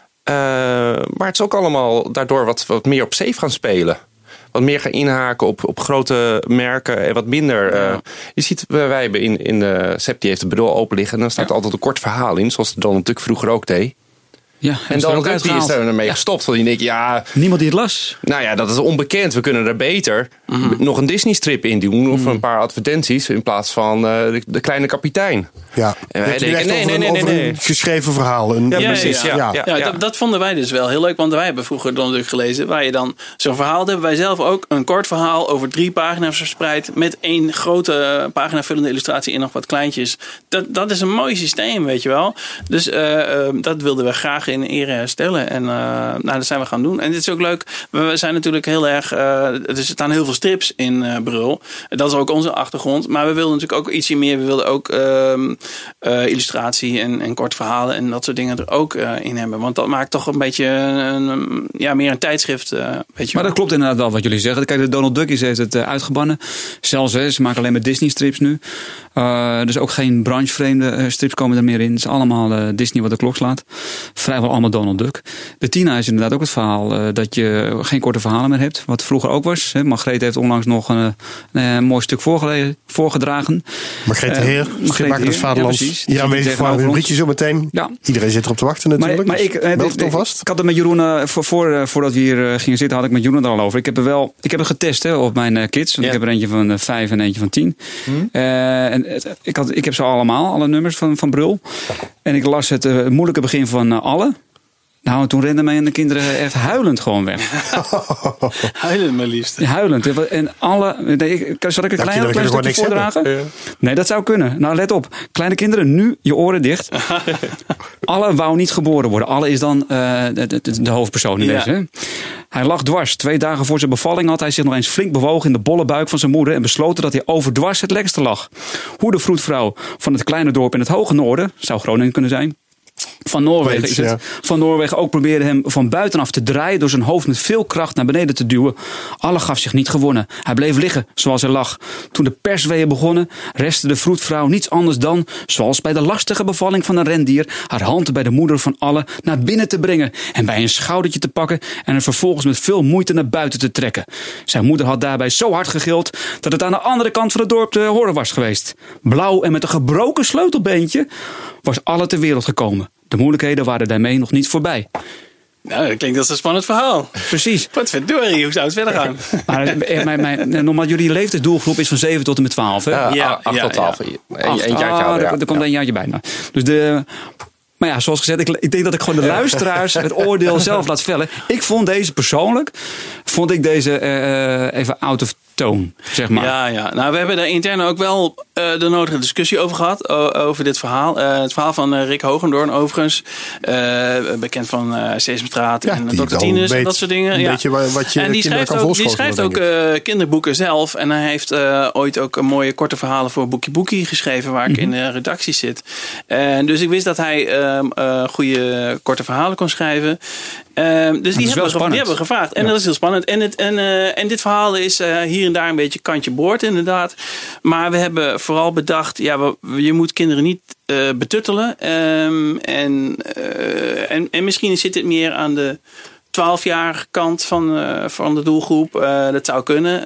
Maar het is ook allemaal daardoor wat meer op safe gaan spelen. Wat meer gaan inhaken op grote merken en wat minder. Je ziet, wij hebben in de SEP, die heeft de bedoel open liggen. En dan staat er altijd een kort verhaal in. Zoals Donald Duck vroeger ook deed. Ja, en Donald Duck die is ermee gestopt. Want die denkt, niemand die het las. Nou ja, dat is onbekend. We kunnen er beter nog een Disney-strip in doen. Of een paar advertenties in plaats van de kleine kapitein. Ja, en wij denken, over een geschreven verhaal. Precies. Dat vonden wij dus wel heel leuk. Want wij hebben vroeger Donald Duck gelezen. Waar je dan zo'n verhaal hebben. Wij zelf ook een kort verhaal over 3 pagina's verspreid. Met 1 grote pagina vullende illustratie en nog wat kleintjes. Dat is een mooi systeem, weet je wel. Dus dat wilden we graag in ere herstellen. En dat zijn we gaan doen. En dit is ook leuk. We zijn natuurlijk heel erg... er staan heel veel strips in Brul. Dat is ook onze achtergrond. Maar we wilden natuurlijk ook ietsje meer. We wilden ook illustratie en kort verhalen en dat soort dingen er ook in hebben. Want dat maakt toch een beetje meer een tijdschrift. Weet je maar dat klopt inderdaad wel wat jullie zeggen. Kijk, de Donald Duckies heeft het uitgebannen. Zelfs, ze maken alleen maar Disney strips nu. Dus ook geen branchevreemde strips komen er meer in. Het is allemaal Disney wat de klok slaat. Vrijwel allemaal Donald Duck. De Tina is inderdaad ook het verhaal dat je geen korte verhalen meer hebt. Wat vroeger ook was. Margreet heeft onlangs nog een mooi stuk voorgedragen. Margreet de Heer, Schipmaker des Vaderlands. Hier aanwezig voor een rubriekje zo meteen. Ja. Iedereen zit erop te wachten natuurlijk. Maar ik had het met Jeroen, voordat we hier gingen zitten, had ik met Jeroen er al over. Ik heb het getest op mijn kids. Want ik heb er eentje van 5 en eentje van 10. Ik heb ze allemaal, alle nummers van Brul. En ik las het moeilijke begin van alle. Nou, toen renden mij en de kinderen echt huilend gewoon weg. Huilend, maar liefst. Ja, huilend. En alle... Zal ik een klein stukje voordragen? Ja. Nee, dat zou kunnen. Nou, let op. Kleine kinderen, nu je oren dicht. Alle wou niet geboren worden. Alle is dan de hoofdpersoon in deze. Hè? Hij lag dwars. 2 dagen voor zijn bevalling had hij zich nog eens flink bewogen in de bolle buik van zijn moeder en besloten dat hij overdwars het lekkerste lag. Hoe de vroedvrouw van het kleine dorp in het hoge noorden, zou Groningen kunnen zijn, van Noorwegen is het. Ja. Van Noorwegen ook probeerde hem van buitenaf te draaien door zijn hoofd met veel kracht naar beneden te duwen. Alle gaf zich niet gewonnen. Hij bleef liggen zoals hij lag. Toen de persweeën begonnen, restte de vroedvrouw niets anders dan, zoals bij de lastige bevalling van een rendier, haar hand bij de moeder van alle naar binnen te brengen en bij een schoudertje te pakken en er vervolgens met veel moeite naar buiten te trekken. Zijn moeder had daarbij zo hard gegild dat het aan de andere kant van het dorp te horen was geweest. Blauw en met een gebroken sleutelbeentje was alle ter wereld gekomen. De moeilijkheden waren daarmee nog niet voorbij. Nou, dat klinkt als een spannend verhaal. Precies. Wat verdorie, hoe zou het verder gaan? Maar normaal, jullie leeftijdsdoelgroep is van 7 tot en met 12. Hè? 8 tot 12. Een jaartje ouder. Er komt een jaartje bij. Nou. Dus maar ja, zoals gezegd, ik denk dat ik gewoon de luisteraars het oordeel zelf laat vellen. Ik vond deze persoonlijk, even out of tone, zeg maar. Ja. Nou, we hebben daar intern ook wel de nodige discussie over gehad, over dit verhaal. Het verhaal van Rick Hogendoorn overigens, bekend van Sesamstraat en Dr. Tinus en dat soort dingen. Een beetje wat je en die schrijft ook kinderboeken zelf. En hij heeft ooit ook een mooie korte verhalen voor Boekie geschreven, waar ik in de redactie zit. Dus ik wist dat hij goede korte verhalen kon schrijven. Dus die hebben we gevraagd. En dat is heel spannend. En dit verhaal is hier en daar een beetje kantje boord inderdaad. Maar we hebben vooral bedacht, je moet kinderen niet betuttelen. En misschien zit het meer aan de 12-jarige kant van de doelgroep. Dat zou kunnen.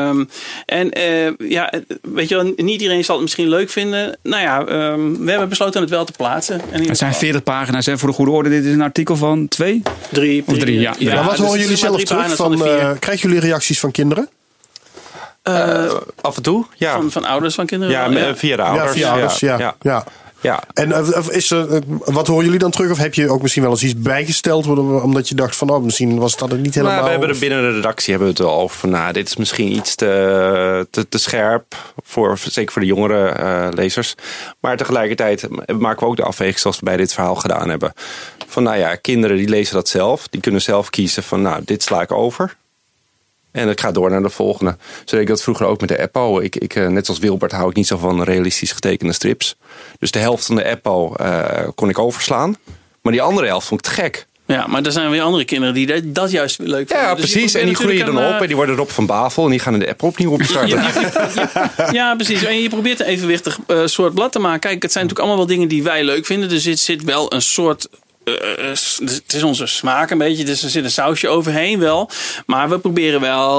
Weet je wel, niet iedereen zal het misschien leuk vinden. Nou ja, we hebben besloten het wel te plaatsen. Het zijn 40 pagina's. Hè? Voor de goede orde, dit is een artikel van 2? 3. Of 3, ja. Maar wat horen jullie zelf terug? Krijgen jullie reacties van kinderen? Af en toe, ja. Van ouders van kinderen? Ja, via de ouders. Ja, via ouders, ja. Ja. En wat horen jullie dan terug? Of heb je ook misschien wel eens iets bijgesteld? Omdat je dacht van, misschien was dat het niet helemaal... Nou, we hebben binnen de redactie hebben we het wel over van, dit is misschien iets te scherp. Zeker voor de jongere lezers. Maar tegelijkertijd maken we ook de afweging zoals we bij dit verhaal gedaan hebben. Van kinderen die lezen dat zelf. Die kunnen zelf kiezen van, dit sla ik over. En ik ga door naar de volgende. Zo deed ik dat vroeger ook met de Eppo. Net zoals Wilbert hou ik niet zo van realistisch getekende strips. Dus de helft van de Eppo kon ik overslaan. Maar die andere helft vond ik te gek. Ja, maar er zijn weer andere kinderen die dat juist leuk vinden. Ja, dus precies. En die groeien dan op en die worden Rob van Bavel. En die gaan in de Eppo opnieuw opstarten. Ja, precies. En je probeert een evenwichtig soort blad te maken. Kijk, het zijn natuurlijk allemaal wel dingen die wij leuk vinden. Dus er zit wel een soort... het is onze smaak een beetje, dus er zit een sausje overheen wel. Maar we proberen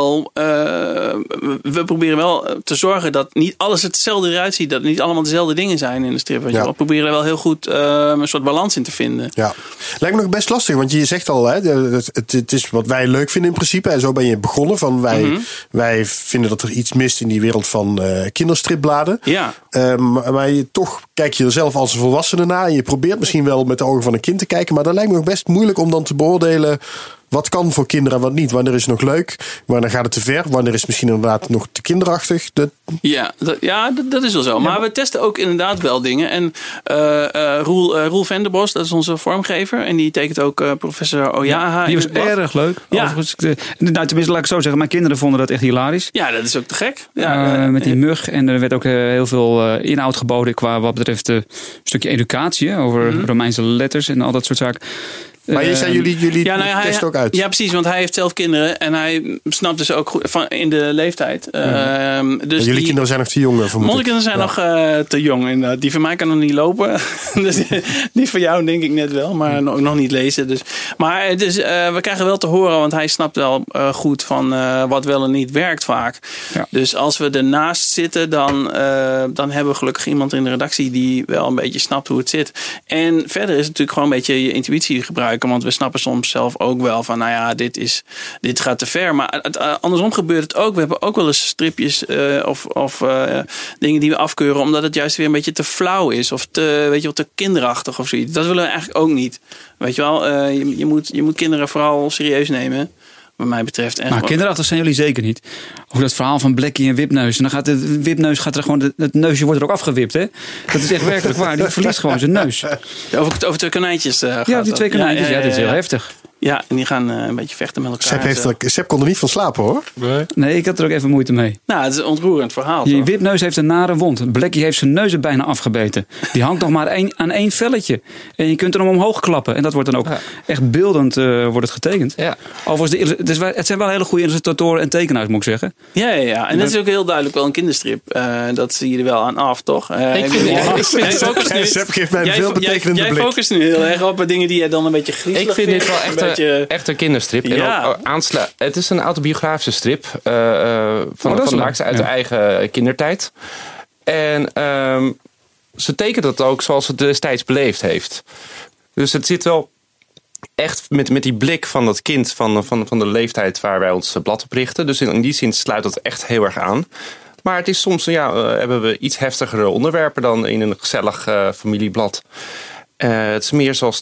wel te zorgen dat niet alles hetzelfde eruit ziet. Dat niet allemaal dezelfde dingen zijn in de strip. We proberen er wel heel goed een soort balans in te vinden. Ja. Lijkt me nog best lastig, want je zegt al, het is wat wij leuk vinden in principe. En zo ben je begonnen. Van wij vinden dat er iets mist in die wereld van kinderstripbladen. Ja. Maar toch kijk je er zelf als een volwassene naar. En je probeert misschien wel met de ogen van een kind te kijken. Maar dat lijkt me nog best moeilijk om dan te beoordelen wat kan voor kinderen en wat niet. Wanneer is het nog leuk? Wanneer gaat het te ver? Wanneer is het misschien inderdaad nog te kinderachtig? Dat is wel zo. Maar we testen ook inderdaad wel dingen. En Roel Venderbos, dat is onze vormgever. En die tekent ook professor Oyaha. Ja, die was erg leuk. Ja. Tenminste, laat ik zo zeggen. Mijn kinderen vonden dat echt hilarisch. Ja, dat is ook te gek. Met die mug. En er werd ook heel veel inhoud geboden qua wat betreft een stukje educatie. Over Romeinse letters en al dat soort zaken. Maar je zei, jullie testen ook uit. Ja, precies, want hij heeft zelf kinderen en hij snapt dus ook goed in de leeftijd. Dus jullie kinderen zijn nog te jong, vermoed ik. Onze kinderen zijn nog te jong. Inderdaad. Die van mij kan nog niet lopen. Dus die van jou denk ik net wel, maar nog niet lezen. Dus. Maar we krijgen wel te horen, want hij snapt wel goed van wat wel en niet werkt vaak. Ja. Dus als we ernaast zitten, dan hebben we gelukkig iemand in de redactie die wel een beetje snapt hoe het zit. En verder is het natuurlijk gewoon een beetje je intuïtie gebruiken. Want we snappen soms zelf ook wel van, dit gaat te ver. Maar andersom gebeurt het ook. We hebben ook wel eens stripjes of dingen die we afkeuren, omdat het juist weer een beetje te flauw is. Of te kinderachtig of zoiets. Dat willen we eigenlijk ook niet. Weet je wel, je moet kinderen vooral serieus nemen. Wat mij betreft. Maar kinderachtig zijn jullie zeker niet. Of dat verhaal van Blackie en Wipneus. En dan gaat de Wipneus er gewoon, het neusje wordt er ook afgewipt, hè? Dat is echt werkelijk waar. Die verliest gewoon zijn neus. Over twee konijntjes. Die twee konijntjes. Ja, dit is heel heftig. Ja, en die gaan een beetje vechten met elkaar. Sepp kon er niet van slapen, hoor. Nee, ik had er ook even moeite mee. Nou, het is een ontroerend verhaal. Die Wipneus heeft een nare wond. Blackie heeft zijn neus er bijna afgebeten. Die hangt nog maar aan één velletje. En je kunt er hem omhoog klappen. En dat wordt dan ook echt beeldend wordt het getekend. Ja. Overigens, het zijn wel hele goede illustratoren en tekenaars, moet ik zeggen. Ja. En dat is ook heel duidelijk wel een kinderstrip. Dat zie je er wel aan af, toch? Sepp geeft mij een veelbetekenende blik. Jij focust nu heel erg op dingen die je dan een beetje griezelig vindt. Ik vind dit wel echt een kinderstrip. Ja. En ook het is een autobiografische strip van de maakster uit de eigen kindertijd. En ze tekent dat ook zoals het destijds beleefd heeft. Dus het zit wel echt met die blik van dat kind van de leeftijd waar wij ons blad op richten. Dus in die zin sluit dat echt heel erg aan. Maar het is soms, hebben we iets heftigere onderwerpen dan in een gezellig familieblad. Het is meer zoals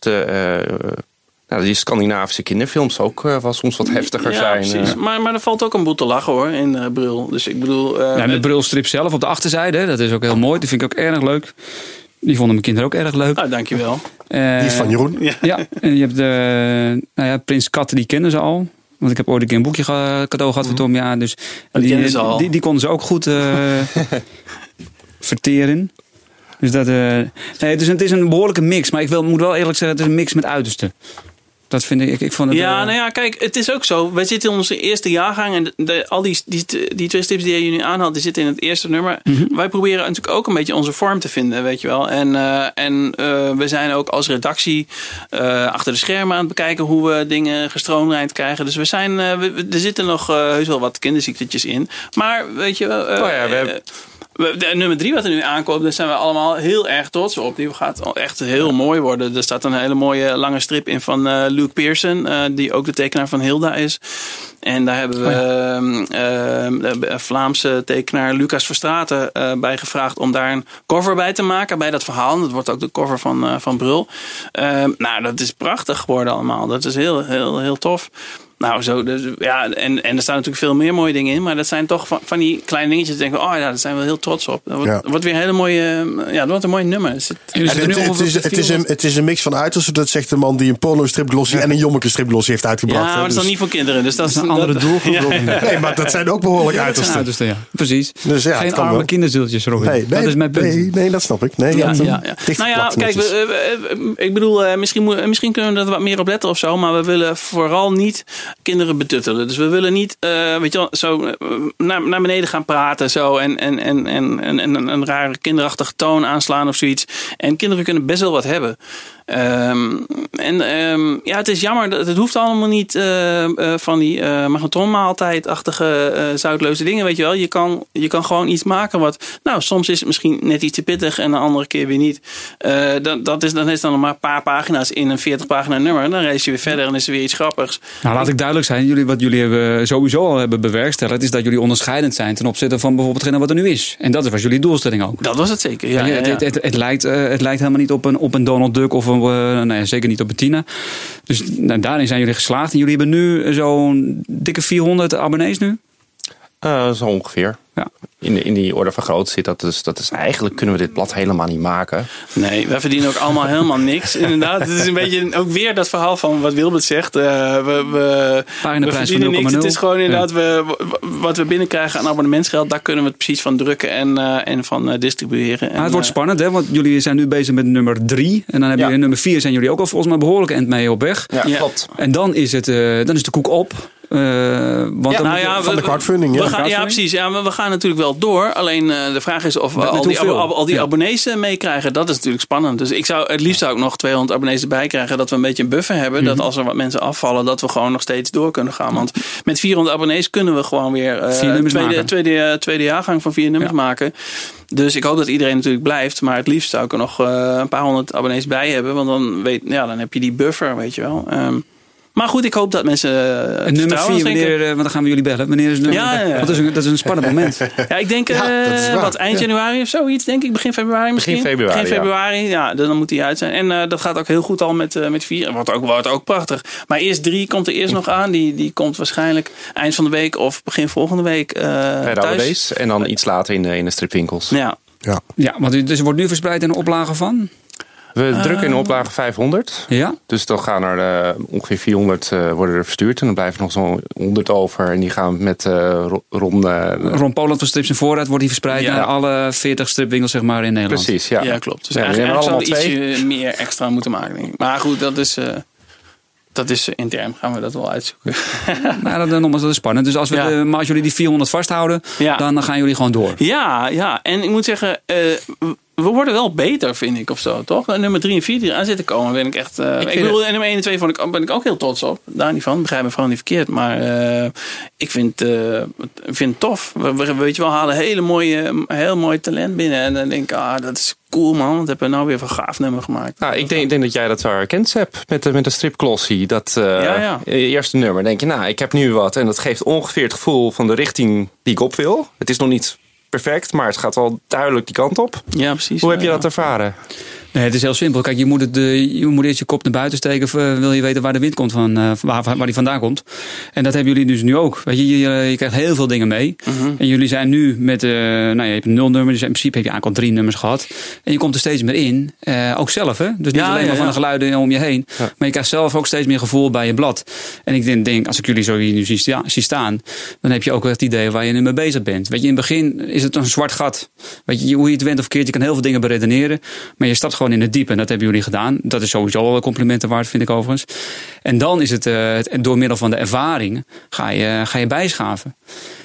die Scandinavische kinderfilms ook wel soms wat heftiger zijn. Precies. Maar er valt ook een boel te lachen hoor in Brul. Dus ik bedoel... de Brulstrip zelf op de achterzijde, dat is ook heel mooi. Die vind ik ook erg leuk. Die vonden mijn kinderen ook erg leuk. Ah, dankjewel. Die is van Jeroen. Ja, en je hebt Prins Kat, die kennen ze al. Want ik heb ooit een keer een boekje cadeau gehad voor Tom. Ja, dus die konden ze ook goed verteren. Dus het is een behoorlijke mix. Maar ik moet wel eerlijk zeggen, het is een mix met uitersten. Dat vind ik. Ik vond het, kijk, het is ook zo. Wij zitten in onze eerste jaargang. En al die twee strips die je nu aanhaalt, die zitten in het eerste nummer. Mm-hmm. Wij proberen natuurlijk ook een beetje onze vorm te vinden, weet je wel. En we zijn ook als redactie achter de schermen aan het bekijken hoe we dingen gestroomlijnd krijgen. Dus er zitten nog heus wel wat kinderziektetjes in. Maar weet je wel... we hebben... Nummer 3 wat er nu aankomt, daar zijn we allemaal heel erg trots op. Die gaat echt heel mooi worden. Er staat een hele mooie lange strip in van Luke Pearson, die ook de tekenaar van Hilda is. En daar hebben we de Vlaamse tekenaar Lucas Verstraeten bij gevraagd om daar een cover bij te maken bij dat verhaal. Dat wordt ook de cover van Brul. Nou, dat is prachtig geworden allemaal. Dat is heel, heel, heel tof. Nou, zo, dus, ja, en er staan natuurlijk veel meer mooie dingen in. Maar dat zijn toch van die kleine dingetjes. Dat denken we, daar zijn we heel trots op. Dat wordt weer een hele mooie, dat wordt een mooi nummer. Het is een mix van uitersten. Dat zegt de man die een porno stripglossie en een jommeke stripglossie heeft uitgebracht. Ja, maar dat is dan niet voor kinderen. Dus dat is een andere doelgroep. Ja. Nee, maar dat zijn ook behoorlijk uitersten. Ja. Precies. Dus ja, geen arme kinderzieltjes, Robin. Nee, dat is mijn punt. Nee, dat snap ik. Nee, nou ja, kijk, ik bedoel, misschien kunnen we er wat meer op letten of zo. Maar we willen vooral niet kinderen betuttelen. Dus we willen niet weet je wel, zo naar beneden gaan praten zo en een rare kinderachtige toon aanslaan of zoiets. En kinderen kunnen best wel wat hebben. Het is jammer. Het hoeft allemaal niet van die magnetronmaaltijd-achtige Zuidleuze dingen, weet je wel. Je kan gewoon iets maken wat, nou, soms is het misschien net iets te pittig en de andere keer weer niet. Dan is dan nog maar een paar pagina's in een 40-pagina nummer. Dan reis je weer verder en is er weer iets grappigs. Nou, laat ik duidelijk zijn. Wat jullie hebben sowieso al hebben bewerkstelligd, is dat jullie onderscheidend zijn ten opzichte van bijvoorbeeld hetgene wat er nu is. En dat was jullie doelstelling ook. Dat was het zeker, ja. Het lijkt helemaal niet op een Donald Duck of zeker niet op een Tina. Dus daarin zijn jullie geslaagd. En jullie hebben nu zo'n dikke 400 abonnees nu? Zo ongeveer. Ja. In die orde van grootte zit dat. Dus dat is eigenlijk kunnen we dit blad helemaal niet maken. Nee, wij verdienen ook allemaal helemaal niks. Inderdaad, het is een beetje ook weer dat verhaal van wat Wilbert zegt. We verdienen niks. Het is gewoon inderdaad wat we binnenkrijgen aan abonnementsgeld. Daar kunnen we het precies van drukken en van distribueren. Maar het wordt spannend, hè? Want jullie zijn nu bezig met nummer 3. En dan heb je nummer 4 zijn jullie ook al volgens mij behoorlijk eind mee op weg. Ja, klopt. En dan is de koek op. Van de crowdfunding. Ja, precies. Ja, we gaan natuurlijk wel door. Alleen de vraag is of we al die abonnees meekrijgen. Dat is natuurlijk spannend. Dus het liefst zou ik nog 200 abonnees erbij krijgen. Dat we een beetje een buffer hebben. Dat als er wat mensen afvallen, dat we gewoon nog steeds door kunnen gaan. Want met 400 abonnees kunnen we gewoon weer tweede jaargang van 4 nummers maken. Dus ik hoop dat iedereen natuurlijk blijft. Maar het liefst zou ik er nog een paar honderd abonnees bij hebben. Want dan heb je die buffer, weet je wel. Maar goed, ik hoop dat mensen nummer 4, wanneer, want dan gaan we jullie bellen. Wanneer is nummer? Ja. Want dat is een spannend moment. Ja, ik denk eind januari of zoiets, denk ik. Begin februari misschien. Begin februari, ja. Dan moet die uit zijn. En dat gaat ook heel goed al met 4. Wordt ook prachtig. Maar eerst 3 komt er eerst nog aan. Die komt waarschijnlijk eind van de week of begin volgende week bij de abonnees. En dan iets later in de stripwinkels. Ja, want dus wordt nu verspreid in een oplage van? We drukken in oplage 500. Ja? Dus dan gaan er ongeveer 400 worden er verstuurd. En dan blijven nog zo'n 100 over. En die gaan met Ron Poland van Strips en Voorraad wordt die verspreid naar alle 40 stripwinkels zeg maar in Nederland. Precies, ja. Ja, klopt. Dus eigenlijk zouden we ietsje meer extra moeten maken, denk ik. Maar goed, dat is intern. Gaan we dat wel uitzoeken. Dat is spannend. Dus maar als jullie die 400 vasthouden, dan gaan jullie gewoon door. Ja. En ik moet zeggen, we worden wel beter, vind ik, of zo, toch? Nummer 3 en 4 die aan zitten komen, ben ik echt... ik bedoel, nummer 1 en 2 ben ik ook heel trots op. Daar niet van, begrijp me vooral niet verkeerd. Maar ik vind het tof. We weet je wel, halen heel mooi talent binnen. En dan denk ik, dat is cool, man. Wat hebben we nou weer van gaaf nummer gemaakt. Nou, ik denk dat jij dat wel herkend hebt met de stripglossie. Dat eerste nummer. Denk je, ik heb nu wat. En dat geeft ongeveer het gevoel van de richting die ik op wil. Het is nog niet perfect, maar het gaat wel duidelijk die kant op. Ja, precies. Hoe heb je dat ervaren? Nee, het is heel simpel. Kijk, je moet eerst je kop naar buiten steken. Wil je weten waar de wind komt, waar die vandaan komt. En dat hebben jullie dus nu ook. Weet je krijgt heel veel dingen mee. Uh-huh. En jullie zijn nu met, je hebt 0 nummers. Dus in principe heb je eigenlijk al 3 nummers gehad. En je komt er steeds meer in. Ook zelf, hè. Dus niet alleen maar van de geluiden om je heen. Ja. Maar je krijgt zelf ook steeds meer gevoel bij je blad. En ik denk, als ik jullie zo hier nu zie staan, dan heb je ook het idee waar je nu mee bezig bent. Weet je, in het begin is het een zwart gat. Weet je, hoe je het went of keert, je kan heel veel dingen beredeneren. Maar je stapt gewoon in het diep en dat hebben jullie gedaan. Dat is sowieso al complimenten waard, vind ik overigens. En dan is het door middel van de ervaring ga je bijschaven.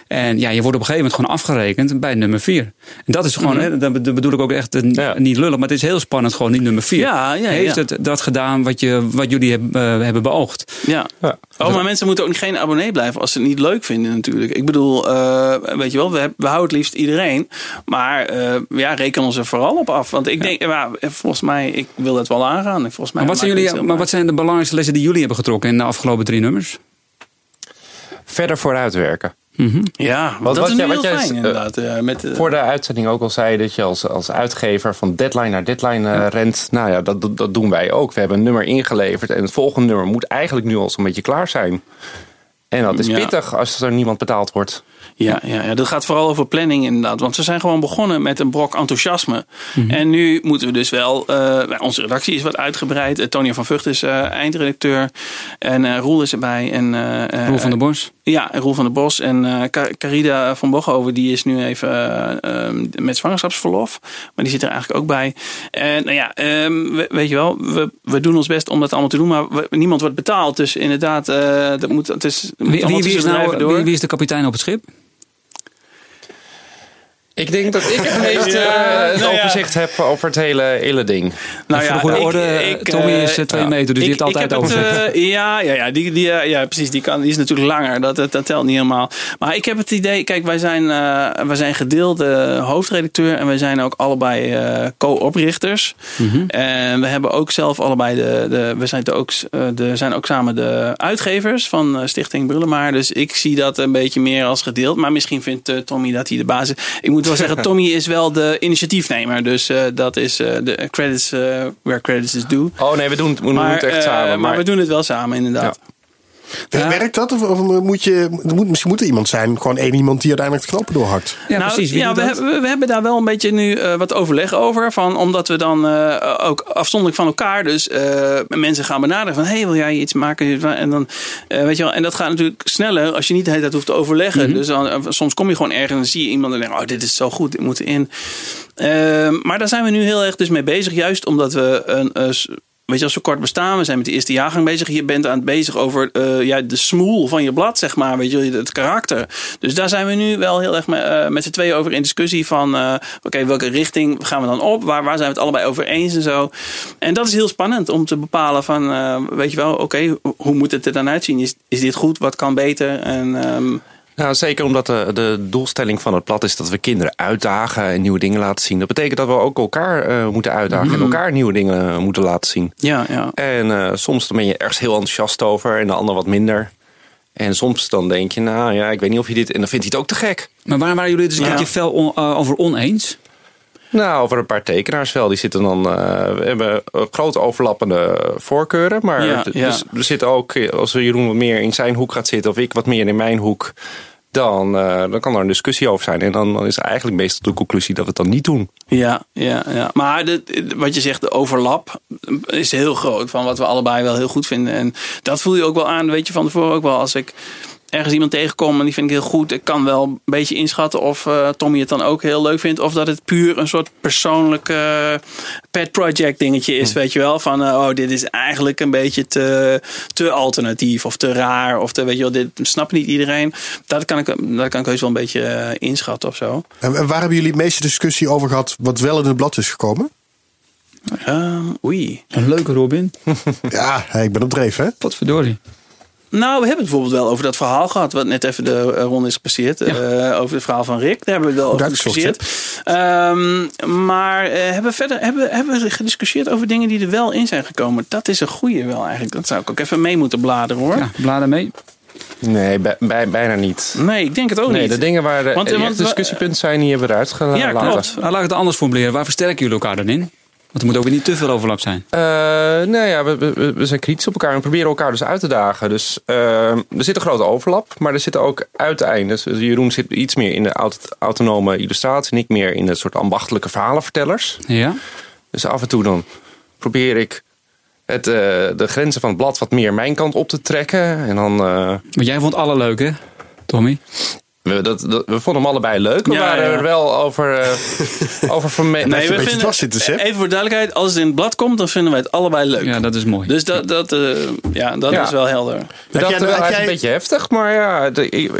En ja, je wordt op een gegeven moment gewoon afgerekend bij nummer 4. En dat is gewoon, dat bedoel ik ook echt niet lullig, maar het is heel spannend, gewoon die nummer 4. Heeft het dat gedaan wat jullie hebben beoogd? Ja. Maar mensen moeten ook geen abonnee blijven als ze het niet leuk vinden natuurlijk. Ik bedoel, weet je wel, we houden het liefst iedereen. Maar reken ons er vooral op af. Want ik denk, volgens mij, ik wil het wel aangaan. Volgens mij wat zijn de belangrijkste lessen die jullie hebben getrokken in de afgelopen 3 nummers? Verder vooruitwerken. Ja, dat is heel fijn inderdaad. Voor de uitzending ook al zei dat je als uitgever van deadline naar deadline rent. Nou ja, dat doen wij ook. We hebben een nummer ingeleverd en het volgende nummer moet eigenlijk nu al zo'n beetje klaar zijn. En dat is pittig als er niemand betaald wordt. Ja, dat gaat vooral over planning inderdaad. Want we zijn gewoon begonnen met een brok enthousiasme. En nu moeten we dus wel... onze redactie is wat uitgebreid. Tonia van Vught is eindredacteur. En Roel is erbij. En, Roel van der Bos. Ja, Roel van der Bos. En Carida van Bochhoven, die is nu even met zwangerschapsverlof. Maar die zit er eigenlijk ook bij. En weet je wel, we doen ons best om dat allemaal te doen. Maar niemand wordt betaald. Dus inderdaad, dat moet... Het is, wie is de kapitein op het schip? Ik denk dat ik het meest overzicht heb over het hele ding. Nou ja, voor de orde, Tommy is 2 meter, dus die heeft altijd overzicht. Ja, precies. Die is natuurlijk langer. Dat telt niet helemaal. Maar ik heb het idee, kijk, wij zijn gedeelde hoofdredacteur en wij zijn ook allebei co-oprichters. En we hebben ook zelf allebei we zijn ook samen de uitgevers van Stichting Brullenmaar. Dus ik zie dat een beetje meer als gedeeld. Maar misschien vindt Tommy dat hij de baas is. Ik moet wel zeggen, Tommy is wel de initiatiefnemer. Dus dat is de credits where credits is due. Oh nee, we doen het echt samen. Maar we doen het wel samen, inderdaad. Ja. Werkt dat? Of misschien moet er iemand zijn, gewoon één iemand die uiteindelijk de knoppen doorhakt. Ja, precies. Ja, we hebben daar wel een beetje nu wat overleg over. Omdat we dan ook afzonderlijk van elkaar dus mensen gaan benaderen van wil jij iets maken? En dan weet je wel, en dat gaat natuurlijk sneller als je niet de hele tijd hoeft te overleggen. Dus dan, soms kom je gewoon ergens en dan zie je iemand en denkt, dit is zo goed, dit moet erin. Maar daar zijn we nu heel erg dus mee bezig, juist omdat we weet je, als we kort bestaan, we zijn met de eerste jaargang bezig. Je bent aan het bezig over de smoel van je blad, zeg maar. Weet je, het karakter. Dus daar zijn we nu wel heel erg met z'n tweeën over in discussie van... welke richting gaan we dan op? Waar zijn we het allebei over eens en zo? En dat is heel spannend om te bepalen van... weet je wel, hoe moet het er dan uitzien? Is dit goed? Wat kan beter? En... Nou, zeker omdat de doelstelling van het blad is dat we kinderen uitdagen en nieuwe dingen laten zien. Dat betekent dat we ook elkaar moeten uitdagen en elkaar nieuwe dingen moeten laten zien. Ja. En soms dan ben je ergens heel enthousiast over en de ander wat minder. En soms dan denk je, ik weet niet of je dit... En dan vindt hij het ook te gek. Maar waar waren jullie dus een keertje fel over oneens? Nou, over een paar tekenaars wel. Die zitten dan... we hebben grote overlappende voorkeuren. Maar dus er zit ook... Als Jeroen wat meer in zijn hoek gaat zitten... of ik wat meer in mijn hoek... Dan kan er een discussie over zijn. En dan is eigenlijk meestal de conclusie dat we het dan niet doen. Ja. Maar wat je zegt, de overlap is heel groot. Van wat we allebei wel heel goed vinden. En dat voel je ook wel aan, weet je, van tevoren ook wel. Als ik ergens iemand tegenkom en die vind ik heel goed. Ik kan wel een beetje inschatten of Tommy het dan ook heel leuk vindt. Of dat het puur een soort persoonlijk pet project dingetje is. Weet je wel, van dit is eigenlijk een beetje te alternatief of te raar. Of weet je wel, dit snapt niet iedereen. Dat kan ik heus wel een beetje inschatten of zo. En waar hebben jullie het meeste discussie over gehad wat wel in het blad is gekomen? Een leuke Robin. Ja, ik ben op dreef, hè? Potverdorie. Nou, we hebben het bijvoorbeeld wel over dat verhaal gehad... wat net even de ronde is gepasseerd. Over het verhaal van Rick. Daar hebben we het wel over gediscussieerd. Maar hebben we gediscussieerd over dingen die er wel in zijn gekomen? Dat is een goeie wel eigenlijk. Dat zou ik ook even mee moeten bladeren, hoor. Ja, blader mee. Nee, bijna niet. Nee, ik denk het ook niet. Nee, de dingen waar de discussiepunten zijn, die hebben we eruit gelaten. Ja, klopt. Laat ik het anders formuleren. Waar versterken jullie elkaar dan in? Want er moet ook weer niet te veel overlap zijn. We zijn kritisch op elkaar en proberen elkaar dus uit te dagen. Dus er zit een grote overlap, maar er zitten ook uiteindes. Dus Jeroen zit iets meer in de autonome illustratie en ik meer in het soort ambachtelijke verhalenvertellers. Ja. Dus af en toe dan probeer ik de grenzen van het blad wat meer mijn kant op te trekken. En dan, Maar jij vond alle leuk, hè, Tommy? We vonden hem allebei leuk. We waren er wel over vermeden. Nee, we vinden, even voor duidelijkheid, als het in het blad komt, dan vinden wij het allebei leuk. Ja, dat is mooi. Dus dat is wel helder. Dat is een beetje heftig, maar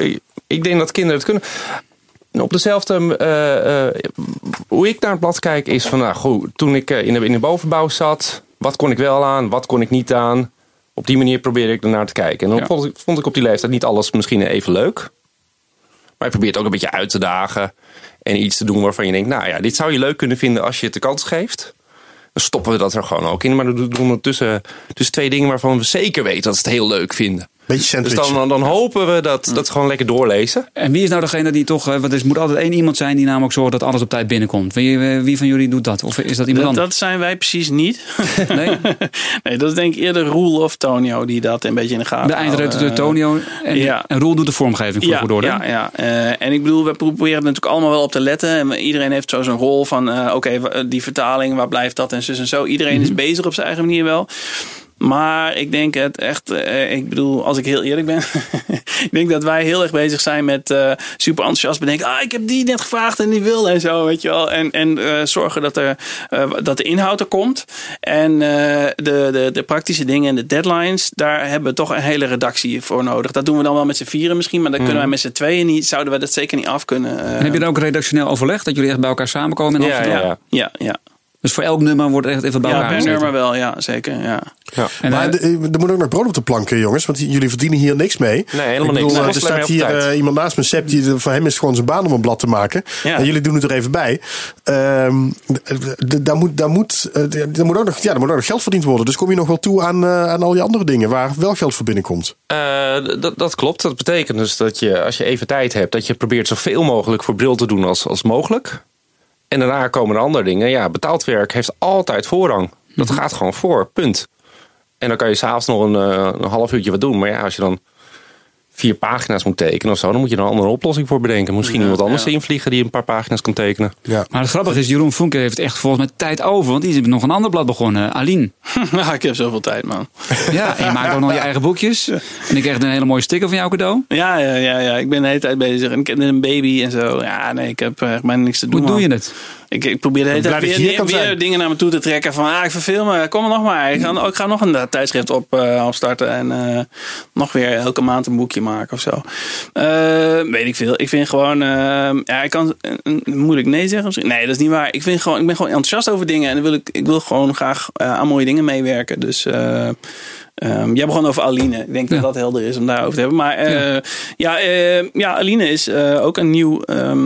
Ik denk dat kinderen het kunnen. Op dezelfde... hoe ik naar het blad kijk is van... Nou goed, toen ik in de bovenbouw zat... Wat kon ik wel aan? Wat kon ik niet aan? Op die manier probeerde ik ernaar te kijken. En dan vond ik op die leeftijd niet alles misschien even leuk. Maar je probeert ook een beetje uit te dagen. En iets te doen waarvan je denkt... Nou ja, dit zou je leuk kunnen vinden als je het de kans geeft. Dan stoppen we dat er gewoon ook in. Maar dan doen we tussen 2 dingen waarvan we zeker weten dat ze het heel leuk vinden. Beetje sandwich. Dus dan hopen we dat ze gewoon lekker doorlezen. En wie is nou degene die toch... Want er moet altijd 1 iemand zijn die namelijk zorgt dat alles op tijd binnenkomt. Wie van jullie doet dat? Of is dat iemand anders? Dat zijn wij precies niet. Nee? Nee, dat is denk ik eerder Roel of Tonio die dat een beetje in de gaten houden. De eindredacteur Tonio en Roel doet de vormgeving voor Goed Orde. Ja. En ik bedoel, we proberen er natuurlijk allemaal wel op te letten. En iedereen heeft zo zo'n rol van... Oké, die vertaling, waar blijft dat en zus en zo. Iedereen is bezig op zijn eigen manier wel. Maar ik denk het echt, ik bedoel, als ik heel eerlijk ben, ik denk dat wij heel erg bezig zijn met super enthousiast bedenken. Ik heb die net gevraagd en die wil en zo, weet je wel. En zorgen dat de inhoud er komt. En de praktische dingen en de deadlines, daar hebben we toch een hele redactie voor nodig. Dat doen we dan wel met z'n 4 misschien, maar dat kunnen wij met z'n 2 niet. Zouden we dat zeker niet af kunnen. En heb je dan ook redactioneel overleg, dat jullie echt bij elkaar samenkomen in Amsterdam? Ja. Dus voor elk nummer wordt echt even bij elkaar gezet? Ja, per nummer wel, ja, zeker. Ja. En maar er moet ook nog brood op de planken, jongens. Want jullie verdienen hier niks mee. Nee, helemaal niks. Er staat hier iemand naast me, Sepp, voor hem is het gewoon zijn baan om een blad te maken. Ja. En jullie doen het er even bij. Daar moet ook nog geld verdiend worden. Dus kom je nog wel toe aan al die andere dingen waar wel geld voor binnenkomt? Dat klopt. Dat betekent dus dat je, als je even tijd hebt, dat je probeert zoveel mogelijk voor Bril te doen als mogelijk. En daarna komen er andere dingen. Ja, betaald werk heeft altijd voorrang. Dat gaat gewoon voor, punt. En dan kan je s'avonds nog een half uurtje wat doen. Maar ja, als je dan 4 pagina's moet tekenen of zo, dan moet je er een andere oplossing voor bedenken. Misschien iemand anders invliegen die een paar pagina's kan tekenen. Ja. Maar het grappige is, Jeroen Funke heeft echt volgens mij tijd over. Want die is nog een ander blad begonnen, Aline. Nou, ik heb zoveel tijd, man. Ja, en je maakt ook nog je eigen boekjes. En ik kreeg een hele mooie sticker van jou cadeau. Ja. Ik ben de hele tijd bezig. En ik heb een baby en zo. Ja, nee, ik heb echt bijna niks te doen. Hoe doe je het? Ik probeer de hele tijd weer dingen naar me toe te trekken. Van, ik verveel me, kom er nog maar. Ik ga nog een tijdschrift opstarten. En nog weer elke maand een boekje maken of zo. Weet ik veel. Ik vind gewoon... ik kan moeilijk nee zeggen. Nee, dat is niet waar. Ik ben gewoon enthousiast over dingen. En ik wil gewoon graag aan mooie dingen meewerken. Dus... jij begon over Aline. Ik denk dat dat helder is om daarover te hebben. Maar Aline is ook een nieuw...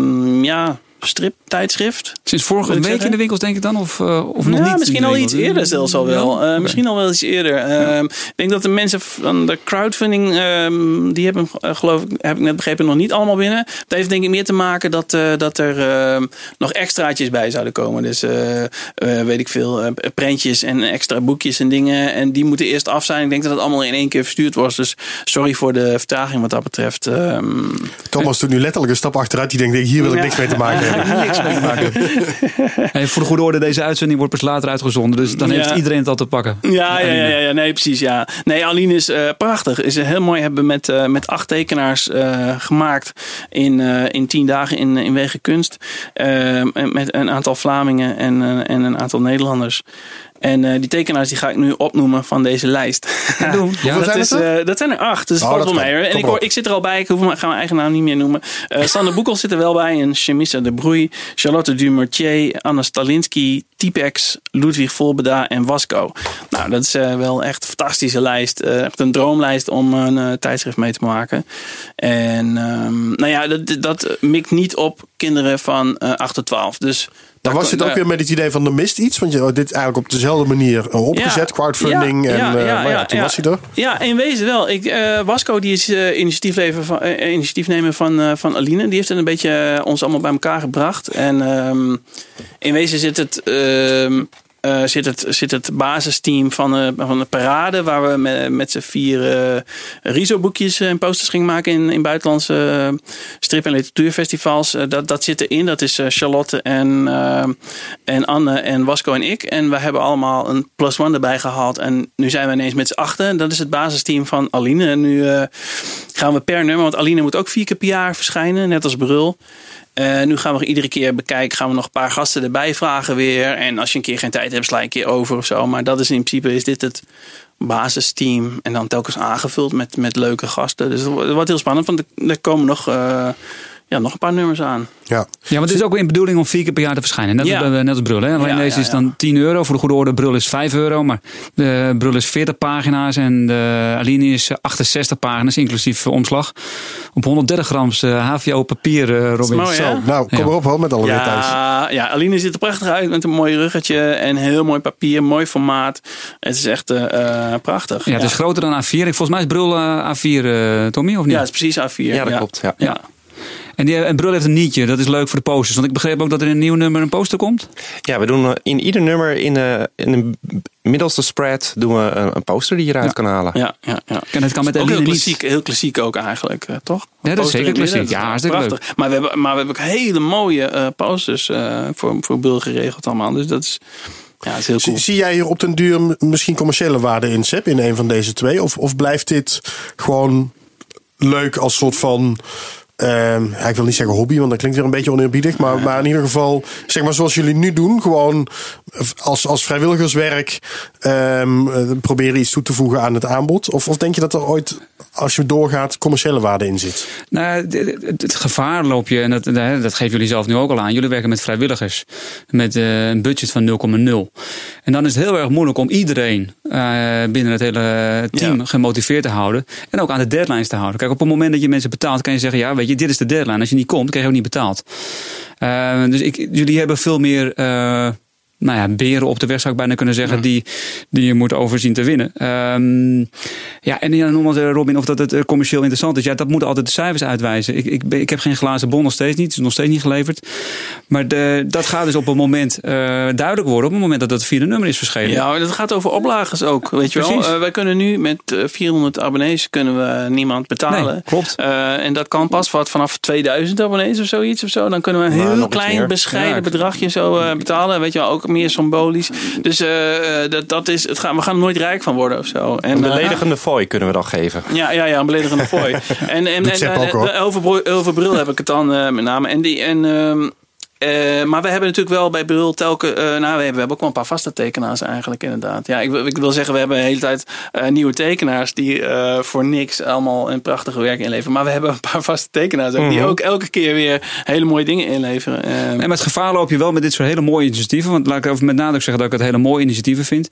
striptijdschrift. Sinds vorige week in de winkels, denk ik dan? Of nog niet? Misschien al iets eerder zelfs al wel. Misschien al wel iets eerder. Ik denk dat de mensen van de crowdfunding, die hebben, geloof ik, heb ik net begrepen, nog niet allemaal binnen. Dat heeft denk ik meer te maken dat er nog extraatjes bij zouden komen. Dus weet ik veel, prentjes en extra boekjes en dingen. En die moeten eerst af zijn. Ik denk dat het allemaal in één keer verstuurd wordt. Dus sorry voor de vertraging wat dat betreft. Thomas doet nu letterlijk een stap achteruit. Die denkt, hier wil ik niks mee te maken hebben. Niks mee te maken. Hey, voor de goede orde, deze uitzending wordt pas later uitgezonden. Dus dan heeft iedereen het al te pakken. Ja, nee, precies. Ja. Nee, Aline is prachtig. Is heel mooi. Hebben met 8 tekenaars gemaakt in 10 dagen in Wegen Kunst. Met een aantal Vlamingen en een aantal Nederlanders. En die tekenaars die ga ik nu opnoemen van deze lijst. Dat zijn er 8. Dus valt wel mee. En ik zit er al bij. Ik ga mijn eigen naam niet meer noemen. Sander Boekel zit er wel bij. En Chemissa de Broei. Charlotte Dumortier. Anna Stalinski. Typex. Ludwig Volbeda en Wasco. Nou, dat is wel echt een fantastische lijst. Echt een droomlijst om een tijdschrift mee te maken. En dat mikt niet op kinderen van 8 tot 12. Dus... Dan was het ook weer met het idee van er mist iets. Want je dit eigenlijk op dezelfde manier opgezet. Crowdfunding. Toen was hij er. Ja, in wezen wel. Wasco die is initiatiefnemer van Aline. Die heeft het een beetje ons allemaal bij elkaar gebracht. En in wezen zit het basisteam van de parade, waar we met z'n 4 Riso-boekjes en posters gingen maken in buitenlandse strip- en literatuurfestivals. Dat zit erin. Dat is Charlotte en Anne en Wasco en ik. En we hebben allemaal een +1 erbij gehaald. En nu zijn we ineens met z'n 8. Dat is het basisteam van Aline. En nu gaan we per nummer, want Aline moet ook 4 keer per jaar verschijnen, net als Brul. Nu gaan we iedere keer bekijken. Gaan we nog een paar gasten erbij vragen weer. En als je een keer geen tijd hebt, sla je een keer over of zo. Maar dat is in principe is dit het basisteam. En dan telkens aangevuld met leuke gasten. Dus het wordt heel spannend. Want er komen nog een paar nummers aan. Ja, maar het is ook een bedoeling om 4 keer per jaar te verschijnen. Net als Brul. Hè? Alleen deze is dan €10. Voor de goede orde, Brul is €5. Maar de Brul is 40 pagina's. En de Aline is 68 pagina's, inclusief omslag. Op 130 grams HVO papier, Robin. Mooi, zo, nou, kom erop hoor, met alle details. Ja, Aline ziet er prachtig uit met een mooi ruggetje. En heel mooi papier, mooi formaat. Het is echt prachtig. Ja, het is groter dan A4. Volgens mij is Brul A4, Tommy, of niet? Ja, het is precies A4. Ja, dat klopt. Ja. En Brul heeft een nietje, dat is leuk voor de posters. Want ik begreep ook dat er in een nieuw nummer een poster komt. Ja, we doen in ieder nummer in de middelste spread doen we een poster die je eruit kan halen. Ja. En het kan met ook heel klassiek ook eigenlijk, toch? Ja, dat is zeker klassiek. Ja, hartstikke leuk. Maar we hebben ook hele mooie posters voor Brul geregeld allemaal. Dus dat is... Ja, dat is heel cool. Zie jij hier op den duur misschien commerciële waarde in, Sepp, in een van deze twee? Of blijft dit gewoon leuk als soort van... ik wil niet zeggen hobby, want dat klinkt weer een beetje oneerbiedig. Maar in ieder geval, zeg maar zoals jullie nu doen. Gewoon als vrijwilligerswerk proberen iets toe te voegen aan het aanbod. Of denk je dat er ooit, als je doorgaat, commerciële waarde in zit? Nou, het gevaar loop je, en dat geven jullie zelf nu ook al aan. Jullie werken met vrijwilligers. Met een budget van 0,0. En dan is het heel erg moeilijk om iedereen binnen het hele team gemotiveerd te houden. En ook aan de deadlines te houden. Kijk, op het moment dat je mensen betaalt, kan je zeggen, ja, weet je, dit is de deadline. Als je niet komt, krijg je ook niet betaald. Dus jullie hebben veel meer beren op de weg, zou ik bijna kunnen zeggen, die je moet overzien te winnen. En dan noemt Robin of dat het commercieel interessant is. Ja, dat moeten altijd de cijfers uitwijzen. Ik heb geen glazen bol, nog steeds niet. Het is nog steeds niet geleverd. Maar dat gaat dus op een moment duidelijk worden. Op het moment dat het vierde nummer is verschenen. Ja, dat gaat over oplages ook. Weet je wel? Wij kunnen nu met 400 abonnees kunnen we niemand betalen. Nee, klopt. En dat kan pas vanaf 2000 abonnees of zoiets of zo. Dan kunnen we een heel klein bescheiden bedragje zo betalen. Weet je wel, ook meer symbolisch. Dus dat is, we gaan er nooit rijk van worden of zo. En, een beledigende fooi kunnen we dan geven. Ja, een beledigende fooi. Over Brul heb ik het dan met name. Maar we hebben natuurlijk wel bij Brul telkens... we hebben ook wel een paar vaste tekenaars eigenlijk inderdaad. Ja, ik wil zeggen, we hebben de hele tijd nieuwe tekenaars die voor niks allemaal een prachtige werk inleveren. Maar we hebben een paar vaste tekenaars ook, die ook elke keer weer hele mooie dingen inleveren. En met het gevaar loop je wel met dit soort hele mooie initiatieven. Want laat ik met nadruk zeggen dat ik het hele mooie initiatieven vind.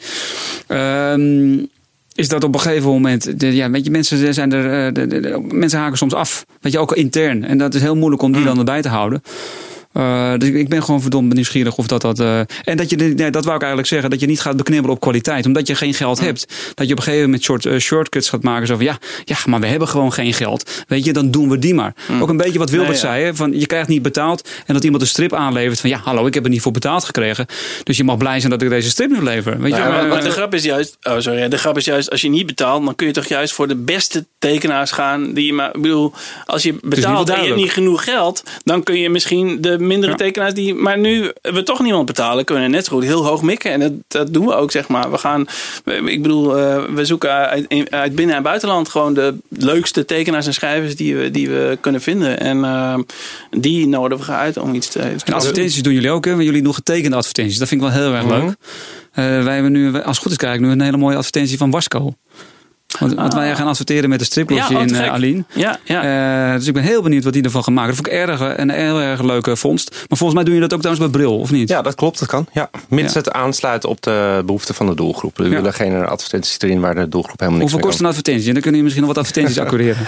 Is dat op een gegeven moment... weet je, mensen haken soms af. Weet je, ook intern. En dat is heel moeilijk om die dan erbij te houden. Dus ik ben gewoon verdomd nieuwsgierig of dat... En dat wou ik eigenlijk zeggen, dat je niet gaat beknibbelen op kwaliteit. Omdat je geen geld hebt. Dat je op een gegeven moment shortcuts gaat maken. Zo van, maar we hebben gewoon geen geld. Weet je, dan doen we die maar. Ook een beetje wat Wilbert zei. Hè, van, je krijgt niet betaald. En dat iemand een strip aanlevert van, hallo, ik heb er niet voor betaald gekregen. Dus je mag blij zijn dat ik deze strip nu lever. Weet je, maar de grap is juist... de grap is juist, als je niet betaalt, dan kun je toch juist voor de beste tekenaars gaan. Die je maar, ik bedoel, als je betaalt en je hebt niet genoeg geld, dan kun je misschien de mindere tekenaars die... Maar nu we toch niemand betalen, kunnen we net zo goed heel hoog mikken. En dat doen we ook, zeg maar. We zoeken uit binnen- en buitenland gewoon de leukste tekenaars en schrijvers die we kunnen vinden. En die nodigen we uit om iets te... En advertenties doen jullie ook, hè? Jullie doen getekende advertenties. Dat vind ik wel heel erg leuk. Wij hebben nu, als het goed is, krijg ik nu een hele mooie advertentie van Wasco. Want wij gaan adverteren met een striplosje in Aline. Dus ik ben heel benieuwd wat die ervan gaan maken. Dat vond ik een heel erg leuke vondst. Maar volgens mij doe je dat ook trouwens bij Bril, of niet? Ja, dat klopt. Dat kan. Ja. Mits het aansluit op de behoeften van de doelgroep. We willen geen advertenties erin waar de doelgroep helemaal niks mee kan. Hoeveel kost een advertentie? En dan kun je misschien nog wat advertenties accureren.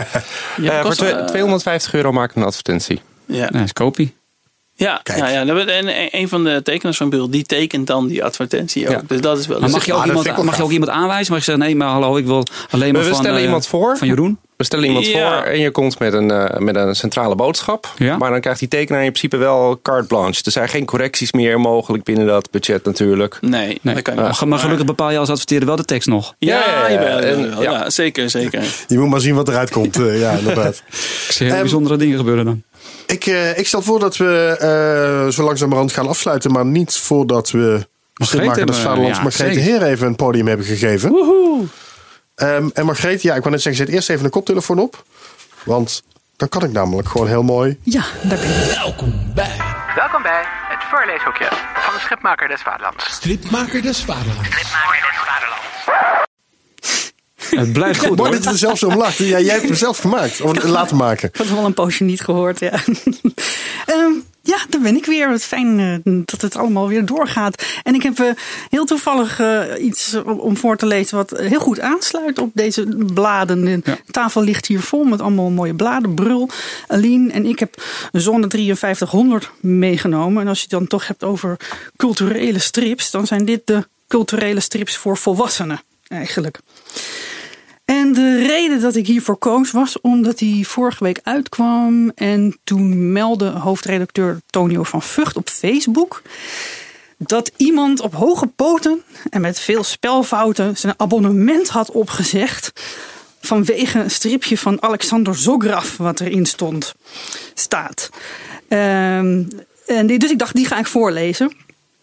Voor €250 maak ik een advertentie. Ja, dat is kopie. Ja, en een van de tekenaars van Bril, die tekent dan die advertentie ook. Dus dat is wel... Maar mag je ook iemand aanwijzen? Mag je zeggen, nee, maar hallo, ik wil alleen maar stellen iemand voor. Van Jeroen? We stellen iemand voor en je komt met een centrale boodschap. Ja. Maar dan krijgt die tekenaar in principe wel carte blanche. Er zijn geen correcties meer mogelijk binnen dat budget natuurlijk. Nee. Dat kan niet. Maar gelukkig bepaal je als adverteerder wel de tekst nog. Ja, zeker. Je moet maar zien wat eruit komt. Ja, inderdaad. Ik zie heel bijzondere dingen gebeuren dan. Ik stel voor dat we zo langzamerhand gaan afsluiten. Maar niet voordat we Stripmaker des Vaderlands Margreet de Heer even een podium hebben gegeven. Woehoe! En Margreet, ik wou net zeggen, zet eerst even een koptelefoon op. Want Dan kan ik namelijk gewoon heel mooi... Ja, daar ben ik. Welkom bij het voorleeshokje van de Stripmaker des Vaderlands. Stripmaker des Vaderlands. Het blijft goed. Mooi dat je er zelf zo om lacht. Ja, jij hebt hem zelf gemaakt. Of laten maken. Ik had het wel een poosje niet gehoord, ja. Ja, daar ben ik weer. Wat fijn dat het allemaal weer doorgaat. En ik heb heel toevallig iets om voor te lezen wat heel goed aansluit op deze bladen. De tafel ligt hier vol met allemaal mooie bladen. Brul, Aline en ik heb Zonne 5300 meegenomen. En als je het dan toch hebt over culturele strips, dan zijn dit de culturele strips voor volwassenen eigenlijk. En de reden dat ik hiervoor koos was omdat hij vorige week uitkwam. En toen meldde hoofdredacteur Tonio van Vught op Facebook dat iemand op hoge poten en met veel spelfouten zijn abonnement had opgezegd vanwege een stripje van Alexander Zograf wat erin staat. Dus ik dacht, die ga ik voorlezen.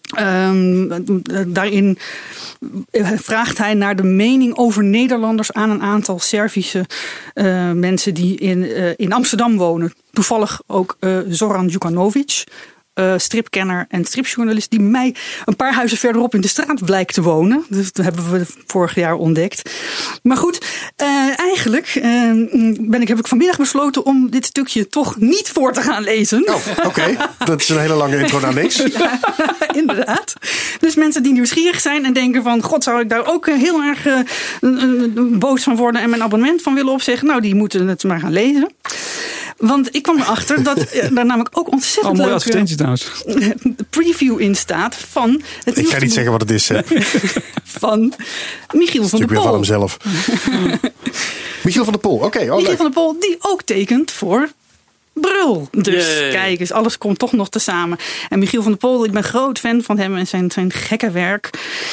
Daarin vraagt hij naar de mening over Nederlanders aan een aantal Servische mensen die in Amsterdam wonen. Toevallig ook Zoran Djukanovic, stripkenner en stripjournalist, die mij een paar huizen verderop in de straat blijkt te wonen. Dus dat hebben we vorig jaar ontdekt. Maar goed, eigenlijk heb ik vanmiddag besloten om dit stukje toch niet voor te gaan lezen. Oh, oké. Dat is een hele lange intro naar niks. Ja, inderdaad. Dus mensen die nieuwsgierig zijn en denken van, god, zou ik daar ook heel erg boos van worden en mijn abonnement van willen opzeggen? Nou, die moeten het maar gaan lezen. Want ik kwam erachter dat daar namelijk ook ontzettend mooie leuke advertentie trouwens. preview in staat van het Ik ga niet zeggen wat het is. van Michiel van der weer Pol. van hemzelf. Michiel van der Pol, oké. Michiel van der Pol, die ook tekent voor Brul. Dus kijk eens, alles komt toch nog tezamen. En Michiel van der Pol, ik ben groot fan van hem en zijn gekke werk.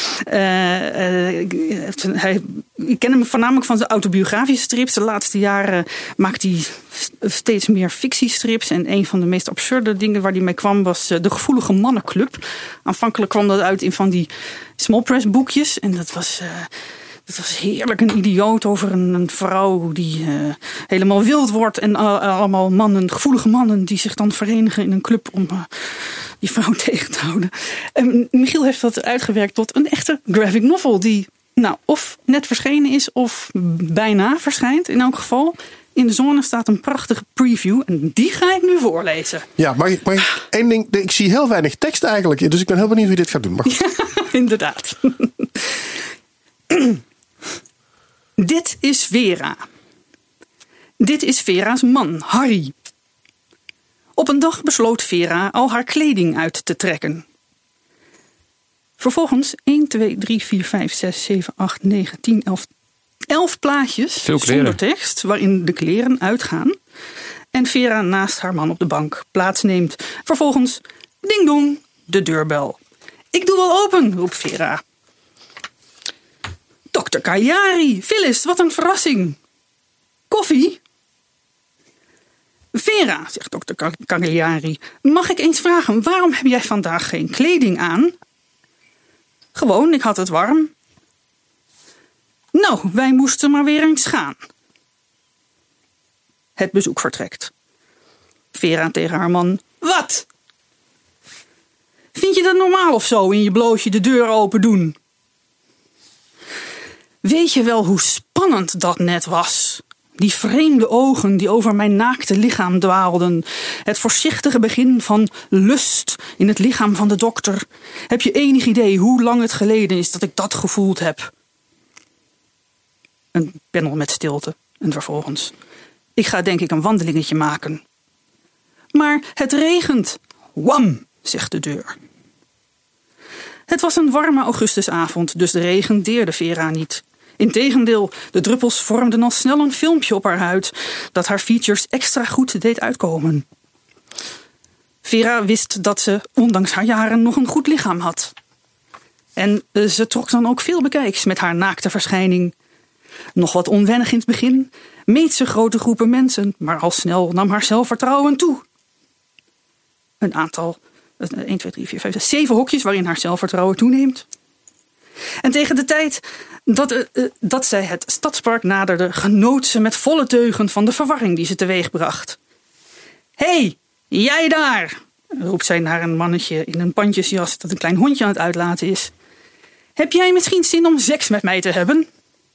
Ik ken hem voornamelijk van zijn autobiografische strips. De laatste jaren maakt hij steeds meer fictiestrips. En een van de meest absurde dingen waar hij mee kwam was De Gevoelige Mannenclub. Aanvankelijk kwam dat uit in van die small press boekjes. En dat was heerlijk, een idioot over een vrouw die helemaal wild wordt. En allemaal mannen, gevoelige mannen, die zich dan verenigen in een club om die vrouw tegen te houden. En Michiel heeft dat uitgewerkt tot een echte graphic novel die of net verschenen is of bijna verschijnt. In elk geval, in de Zonne staat een prachtige preview en die ga ik nu voorlezen. Ja, maar één ding, ik zie heel weinig tekst eigenlijk, dus ik ben heel benieuwd wie dit gaat doen. Maar goed. Ja, inderdaad. Dit is Vera. Dit is Vera's man, Harry. Op een dag besloot Vera al haar kleding uit te trekken. Vervolgens 1, 2, 3, 4, 5, 6, 7, 8, 9, 10, 11 plaatjes zonder tekst waarin de kleren uitgaan. En Vera naast haar man op de bank plaatsneemt. Vervolgens, ding dong, de deurbel. Ik doe wel open, roept Vera. Dr. Cagliari, Phyllis, wat een verrassing. Koffie? Vera, zegt dokter Cagliari, mag ik eens vragen, waarom heb jij vandaag geen kleding aan? Gewoon, ik had het warm. Nou, wij moesten maar weer eens gaan. Het bezoek vertrekt. Vera tegen haar man, wat? Vind je dat normaal of zo, in je blootje de deur open doen? Weet je wel hoe spannend dat net was? Die vreemde ogen die over mijn naakte lichaam dwaalden. Het voorzichtige begin van lust in het lichaam van de dokter. Heb je enig idee hoe lang het geleden is dat ik dat gevoeld heb? Een panel met stilte. En vervolgens. Ik ga denk ik een wandelingetje maken. Maar het regent. Wam, zegt de deur. Het was een warme augustusavond, dus de regen deerde Vera niet. Integendeel, de druppels vormden al snel een filmpje op haar huid dat haar features extra goed deed uitkomen. Vera wist dat ze, ondanks haar jaren, nog een goed lichaam had. En ze trok dan ook veel bekijks met haar naakte verschijning. Nog wat onwennig in het begin, meet ze grote groepen mensen, maar al snel nam haar zelfvertrouwen toe. Een aantal, 1, 2, 3, 4, 5, 6, 7 hokjes waarin haar zelfvertrouwen toeneemt. En tegen de tijd dat zij het stadspark naderde, genoot ze met volle teugen van de verwarring die ze teweegbracht. Hé, jij daar! Roept zij naar een mannetje in een pandjesjas dat een klein hondje aan het uitlaten is. Heb jij misschien zin om seks met mij te hebben?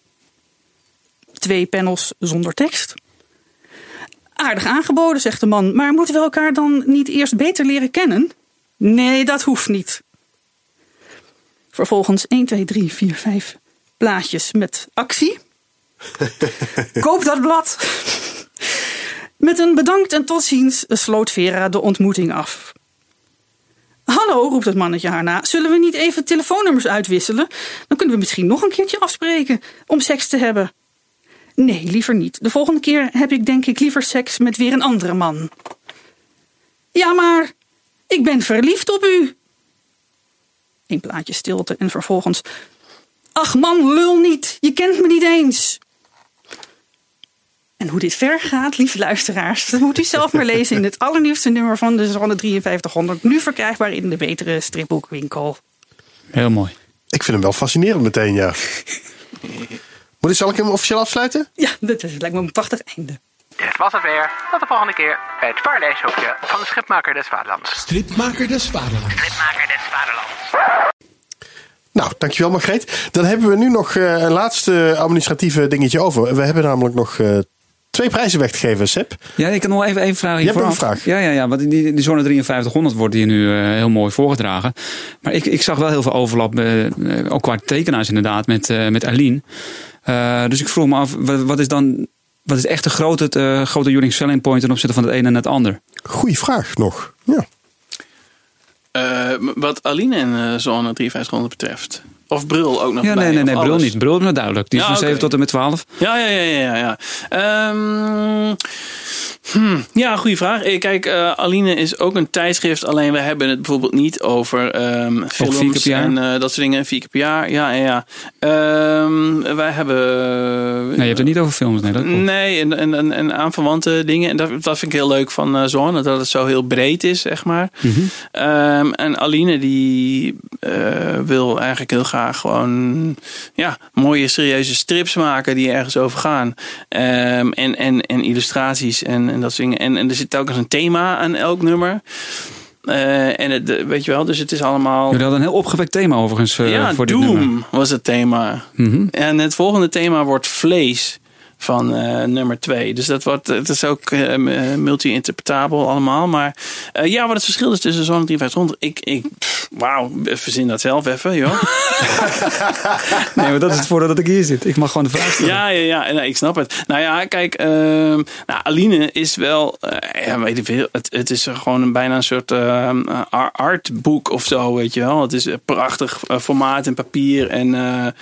2 panels zonder tekst. Aardig aangeboden, zegt de man, maar moeten we elkaar dan niet eerst beter leren kennen? Nee, dat hoeft niet. Vervolgens 1, 2, 3, 4, 5 plaatjes met actie. Koop dat blad. Met een bedankt en tot ziens sloot Vera de ontmoeting af. Hallo, roept het mannetje haar na. Zullen we niet even telefoonnummers uitwisselen? Dan kunnen we misschien nog een keertje afspreken om seks te hebben. Nee, liever niet. De volgende keer heb ik denk ik liever seks met weer een andere man. Ja, maar ik ben verliefd op u. 1 plaatje stilte en vervolgens... Ach man, lul niet. Je kent me niet eens. En hoe dit ver gaat, lieve luisteraars, dat moet u zelf maar lezen in het allernieuwste nummer van de Zone 5300. Nu verkrijgbaar in de betere stripboekwinkel. Heel mooi. Ik vind hem wel fascinerend meteen, ja. Zal ik hem officieel afsluiten? Ja, dat lijkt me een prachtig einde. Dit was het weer. Tot de volgende keer bij het voorleeshoekje van de Schipmaker des Vaderlands. Stripmaker des Vaderlands. Schipmaker des Vaderlands. Nou, dankjewel Margreet. Dan hebben we nu nog een laatste administratieve dingetje over. We hebben namelijk nog 2 prijzen weg te geven, Sepp. Ja, ik kan nog even vragen. Je hebt een vraag. Ja, want die Zone 5300 wordt hier nu heel mooi voorgedragen. Maar ik zag wel heel veel overlap, ook qua tekenaars inderdaad, met Aline. Dus ik vroeg me af, wat is echt de grote unique selling point ten opzichte van het ene en het ander? Goeie vraag nog, ja. Wat Aline en Zone 5300 betreft. Of Brul ook nog ja, bij? Nee, Brul niet. Brul is maar duidelijk. Die is van 7 tot en met 12. Ja. Ja, goede vraag. Kijk, Aline is ook een tijdschrift. Alleen we hebben het bijvoorbeeld niet over films 4 keer per jaar. en dat soort dingen. 4 keer per jaar. Ja. Wij hebben... Nee, je hebt het niet over films. Nee, dat klopt. Nee, en aanverwante dingen. En dat vind ik heel leuk van Zone. Dat het zo heel breed is, zeg maar. Mm-hmm. En Aline die wil eigenlijk heel graag gewoon mooie serieuze strips maken die ergens over gaan. En illustraties en dat soort dingen. En er zit telkens een thema aan elk nummer. Weet je wel, dus het is allemaal... Jullie hadden een heel opgewekt thema overigens voor dit nummer. Doom was het thema. Mm-hmm. En het volgende thema wordt vlees van nummer 2. Dus het is ook multi-interpretabel allemaal. Maar wat het verschil is tussen Zone 5300. Wauw, verzin dat zelf even, joh. Nee, maar dat is het voordeel dat ik hier zit. Ik mag gewoon de vraag stellen. Ja, nee, ik snap het. Nou ja, kijk, Aline is wel, weet ik veel, het is gewoon bijna een soort artboek of zo, weet je wel. Het is een prachtig formaat en papier en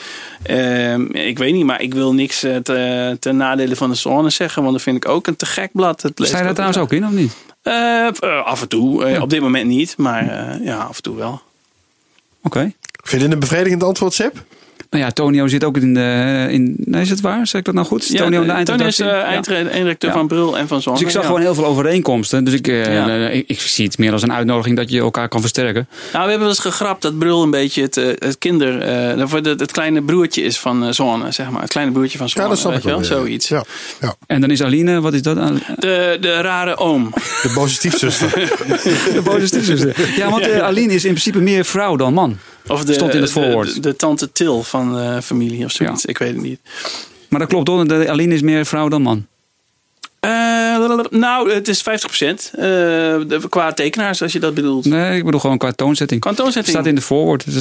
ik weet niet, maar ik wil niks ten nadele van de Zone zeggen, want dat vind ik ook een te gek blad. Sta je daar trouwens ook in, of niet? Af en toe. Op dit moment niet, maar af en toe wel. Oké. Vind je dit een bevredigend antwoord, Sepp? Nou ja, Tonio zit ook nee, is het waar? Zeg ik dat nou goed? Ja, Tonio is eindredacteur van Brul en van Zone. Dus ik zag gewoon heel veel overeenkomsten. Dus ik zie het meer als een uitnodiging dat je elkaar kan versterken. Nou, we hebben wel eens gegrapt dat Brul een beetje het kleine broertje is van Zone, zeg maar. Het kleine broertje van Zone. Ja, dat snap ik wel. Zoiets. Ja. En dan is Aline, wat is dat? De rare oom. De boze stiefzuster. De boze stiefzuster. Ja, want Aline is in principe meer vrouw dan man. Of stond in het voorwoord. De tante Til van familie of zoiets. Ja. Ik weet het niet. Maar dat klopt toch? Aline is meer vrouw dan man. Nou, het is 50% qua tekenaars, als je dat bedoelt. Nee, ik bedoel gewoon qua toonzetting. Het staat in de voorwoord. Dus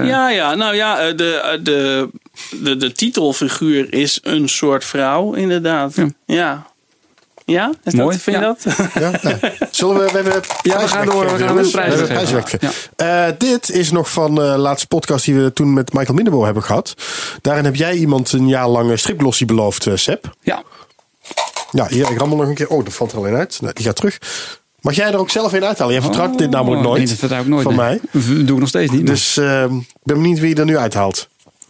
de titelfiguur is een soort vrouw, inderdaad. Ja. Ja? Mooi. Vind je dat? Ja, nou. Zullen we hebben we gaan door. We gaan met de prijs weggeven. Dit is nog van de laatste podcast die we toen met Michael Mindebo hebben gehad. Daarin heb jij iemand een jaar lang stripglossie beloofd, Sepp. Ja. Ja, hier, ik rammel nog een keer. Oh, dat valt er alleen uit. Nee, die gaat terug. Mag jij er ook zelf in uithalen? Jij vertrouwt dit namelijk nooit. Nee, dat vertrouw ik nooit. Van mij. Dat doe ik nog steeds niet. Dus ik ben benieuwd wie je er nu uithaalt.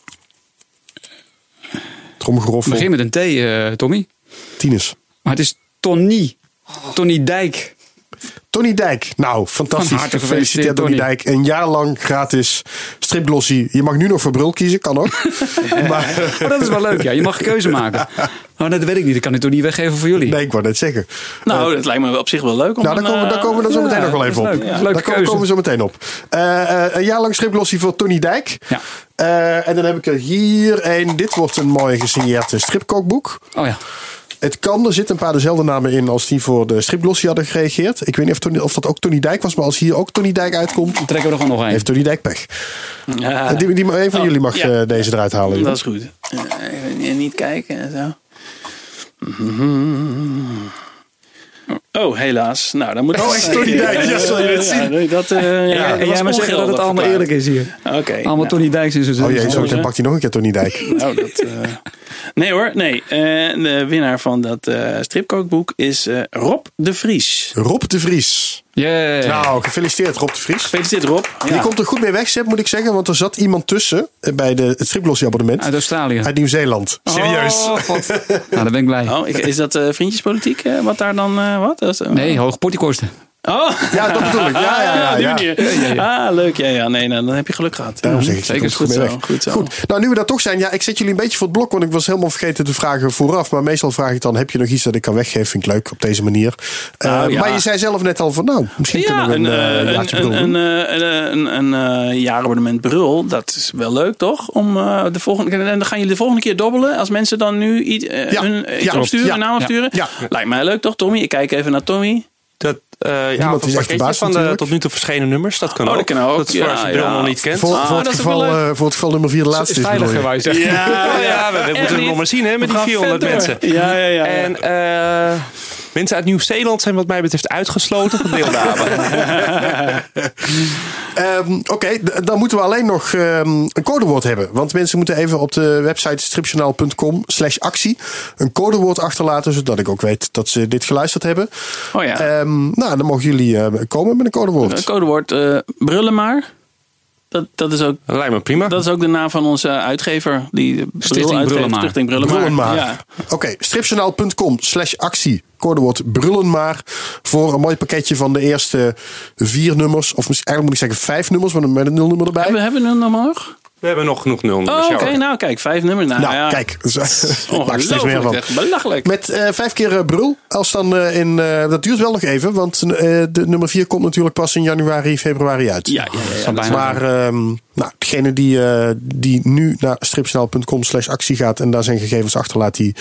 Tromgeroffel. Begin met een T, Tommy. Tinus. Maar het is Tony. Tony Dijk. Tony Dijk. Nou, fantastisch. Van harte Gefeliciteerd Tony Dijk. Een jaar lang gratis stripglossie. Je mag nu nog voor Brul kiezen, kan ook. Maar dat is wel leuk, ja. Je mag een keuze maken. Maar dat weet ik niet. Dat kan ik toch niet weggeven voor jullie? Nee, ik wou net zeggen. Nou, dat lijkt me op zich wel leuk. Daar komen we dan zo meteen nog wel even op. Daar komen we zo meteen op. Een jaar lang stripglossie voor Tony Dijk. Ja. En dan heb ik er hier een. Dit wordt een mooi gesigneerd stripkookboek. Oh ja. Het kan, er zitten een paar dezelfde namen in als die voor de stripglossie hadden gereageerd. Ik weet niet of dat ook Tony Dijk was, maar als hier ook Tony Dijk uitkomt, Dan trekken we er gewoon nog een. heeft Tony Dijk pech. Ja. Een van jullie mag deze eruit halen. Dat is goed. Even niet kijken en zo. Oh, helaas. Nou, dan moet ik... Oh, echt Tony Dijk. Ja, zal je het zien. En jij maar zeggen dat het allemaal eerlijk is hier. Oké. Allemaal Tony Dijks in zijn Oh jee, zo pakt hij nog een keer Tony Dijk. Nou, dat... Nee hoor, nee. De winnaar van dat stripkookboek is Rob de Vries. Rob de Vries. Yeah. Nou, gefeliciteerd Rob de Vries. Gefeliciteerd Rob. Die komt er goed mee weg, Sepp, moet ik zeggen. Want er zat iemand tussen bij het stripglossie abonnement. Uit Australië. Uit Nieuw-Zeeland. Serieus. Oh, God. Nou, dan ben ik blij. Oh, is dat vriendjespolitiek? Wat daar dan... wat? Nee, hoge portiekosten. Oh, Ja, dat bedoel ik. Ja. die manier. Ah, leuk. Ja. Nee, nou, dan heb je geluk gehad. Daarom zeg ik, Zeker, goed mee zo, weg. goed zo. Goed. Nou, nu we daar toch zijn. Ja, ik zet jullie een beetje voor het blok. Want ik was helemaal vergeten te vragen vooraf. Maar meestal vraag ik dan, heb je nog iets dat ik kan weggeven? Vind ik leuk op deze manier. Ja. Maar je zei zelf net al van, nou, misschien kunnen we een jaartje Brul doen. Een jaarabonnement Brul, dat is wel leuk, toch? Om de volgende, en dan gaan jullie de volgende keer dobbelen. Als mensen dan nu iets opsturen, een naam opsturen. Ja. Lijkt mij leuk, toch, Tommy? Ik kijk even naar Tommy. Dat, Niemand is echt de baas van de natuurlijk. tot nu toe verschenen nummers. Dat kan Oh, ook. dat kan ook. Dat is voor als je Bril nog niet kent. Voor dat het is ook wel geval nummer 4 de laatste is. Veilig bedoel je? gewijs. We moeten hem nog maar zien hè, met die 400 mensen. Ja. En mensen uit Nieuw-Zeeland zijn wat mij betreft uitgesloten van deelname. Oké, dan moeten we alleen nog een codewoord hebben. Want mensen moeten even op de website stripjournaal.com/actie een codewoord achterlaten, zodat ik ook weet dat ze dit geluisterd hebben. Oh ja. Nou, dan mogen jullie komen met een codewoord. Een codewoord Brullen maar. Dat is ook... Dat lijkt me prima. Dat is ook de naam van onze uitgever. Die Stichting Brullenmaar. Stichting Brullenmaar. Brullenmaar. Ja. Oké, stripjournaal.com/actie. Codewoord Brullenmaar. Voor een mooi pakketje van de eerste 4 nummers. Of eigenlijk moet ik zeggen 5 nummers, maar met een 0-nummer erbij. Hebben we een nummer nog? We hebben nog genoeg 0 nummers. Oh, oké. Nou, kijk. 5 nummers. Nou, ja. Kijk. Maak er steeds meer van. Echt belachelijk. Met 5 keer Brul. Als dan dat duurt wel nog even. Want de nummer 4 komt natuurlijk pas in januari, februari uit. Ja. Maar degene die nu naar stripjournaal.com/actie gaat en daar zijn gegevens achterlaat, die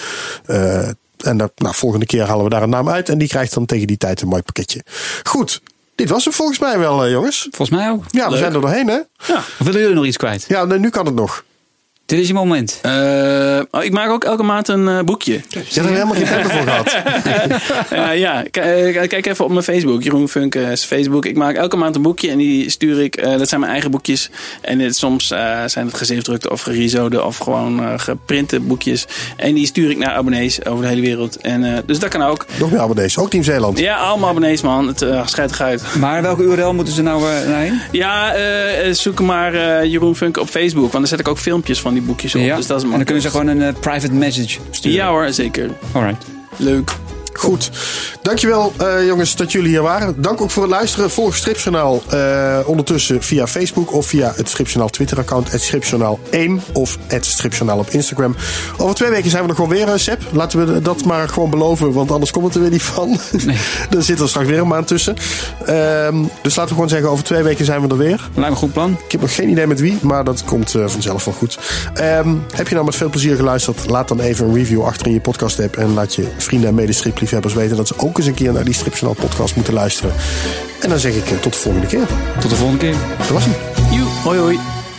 volgende keer halen we daar een naam uit en die krijgt dan tegen die tijd een mooi pakketje. Goed. Dit was hem volgens mij wel, jongens. Volgens mij ook. Ja, we zijn er doorheen, hè? Ja. Of willen jullie nog iets kwijt? Ja, nu kan het nog. Dit is je moment. Ik maak ook elke maand een boekje. Je hebt er helemaal geen tijd voor gehad. Kijk even op mijn Facebook. Jeroen Funk is Facebook. Ik maak elke maand een boekje en die stuur ik. Dat zijn mijn eigen boekjes. En soms zijn het gezeefdrukte of gerizode of gewoon geprinte boekjes. En die stuur ik naar abonnees over de hele wereld. En, dus dat kan ook. Nog meer abonnees. Ook Nieuw-Zeeland. Ja, allemaal abonnees, man. Het scheidt eruit. Maar welke URL moeten ze nou heen? Ja, zoek maar Jeroen Funk op Facebook. Want dan zet ik ook filmpjes van die boekjes op. Ja. Dus dat is en dan kunnen ze gewoon een private message sturen. Ja hoor, zeker. Alright. Leuk. Goed. Dankjewel jongens dat jullie hier waren. Dank ook voor het luisteren. Volg Stripjournaal ondertussen via Facebook of via het Stripjournaal Twitter account @stripjournaal1 of @stripjournaal op Instagram. Over 2 weken zijn we er gewoon weer, Sepp. Laten we dat maar gewoon beloven, want anders komt het er weer niet van. Nee. Dan zit er straks weer een maand tussen. Dus laten we gewoon zeggen, over 2 weken zijn we er weer. Lijkt me een goed plan. Ik heb nog geen idee met wie, maar dat komt vanzelf wel goed. Heb je nou met veel plezier geluisterd? Laat dan even een review achter in je podcast app en laat je vrienden en medestripliefhebbers weten dat ze ook eens een keer naar die Stripjournaal podcast moeten luisteren. En dan zeg ik tot de volgende keer. Tot de volgende keer. Dat was hem. Joe, hoi hoi.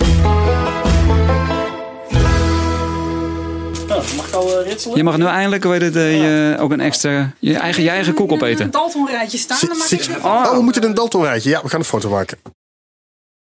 Mag ik al ritselen? Je mag nu eindelijk ook een extra je eigen koek opeten. Een Daltonrijtje staan. Dan maak ik we moeten een Daltonrijtje. Ja, we gaan een foto maken.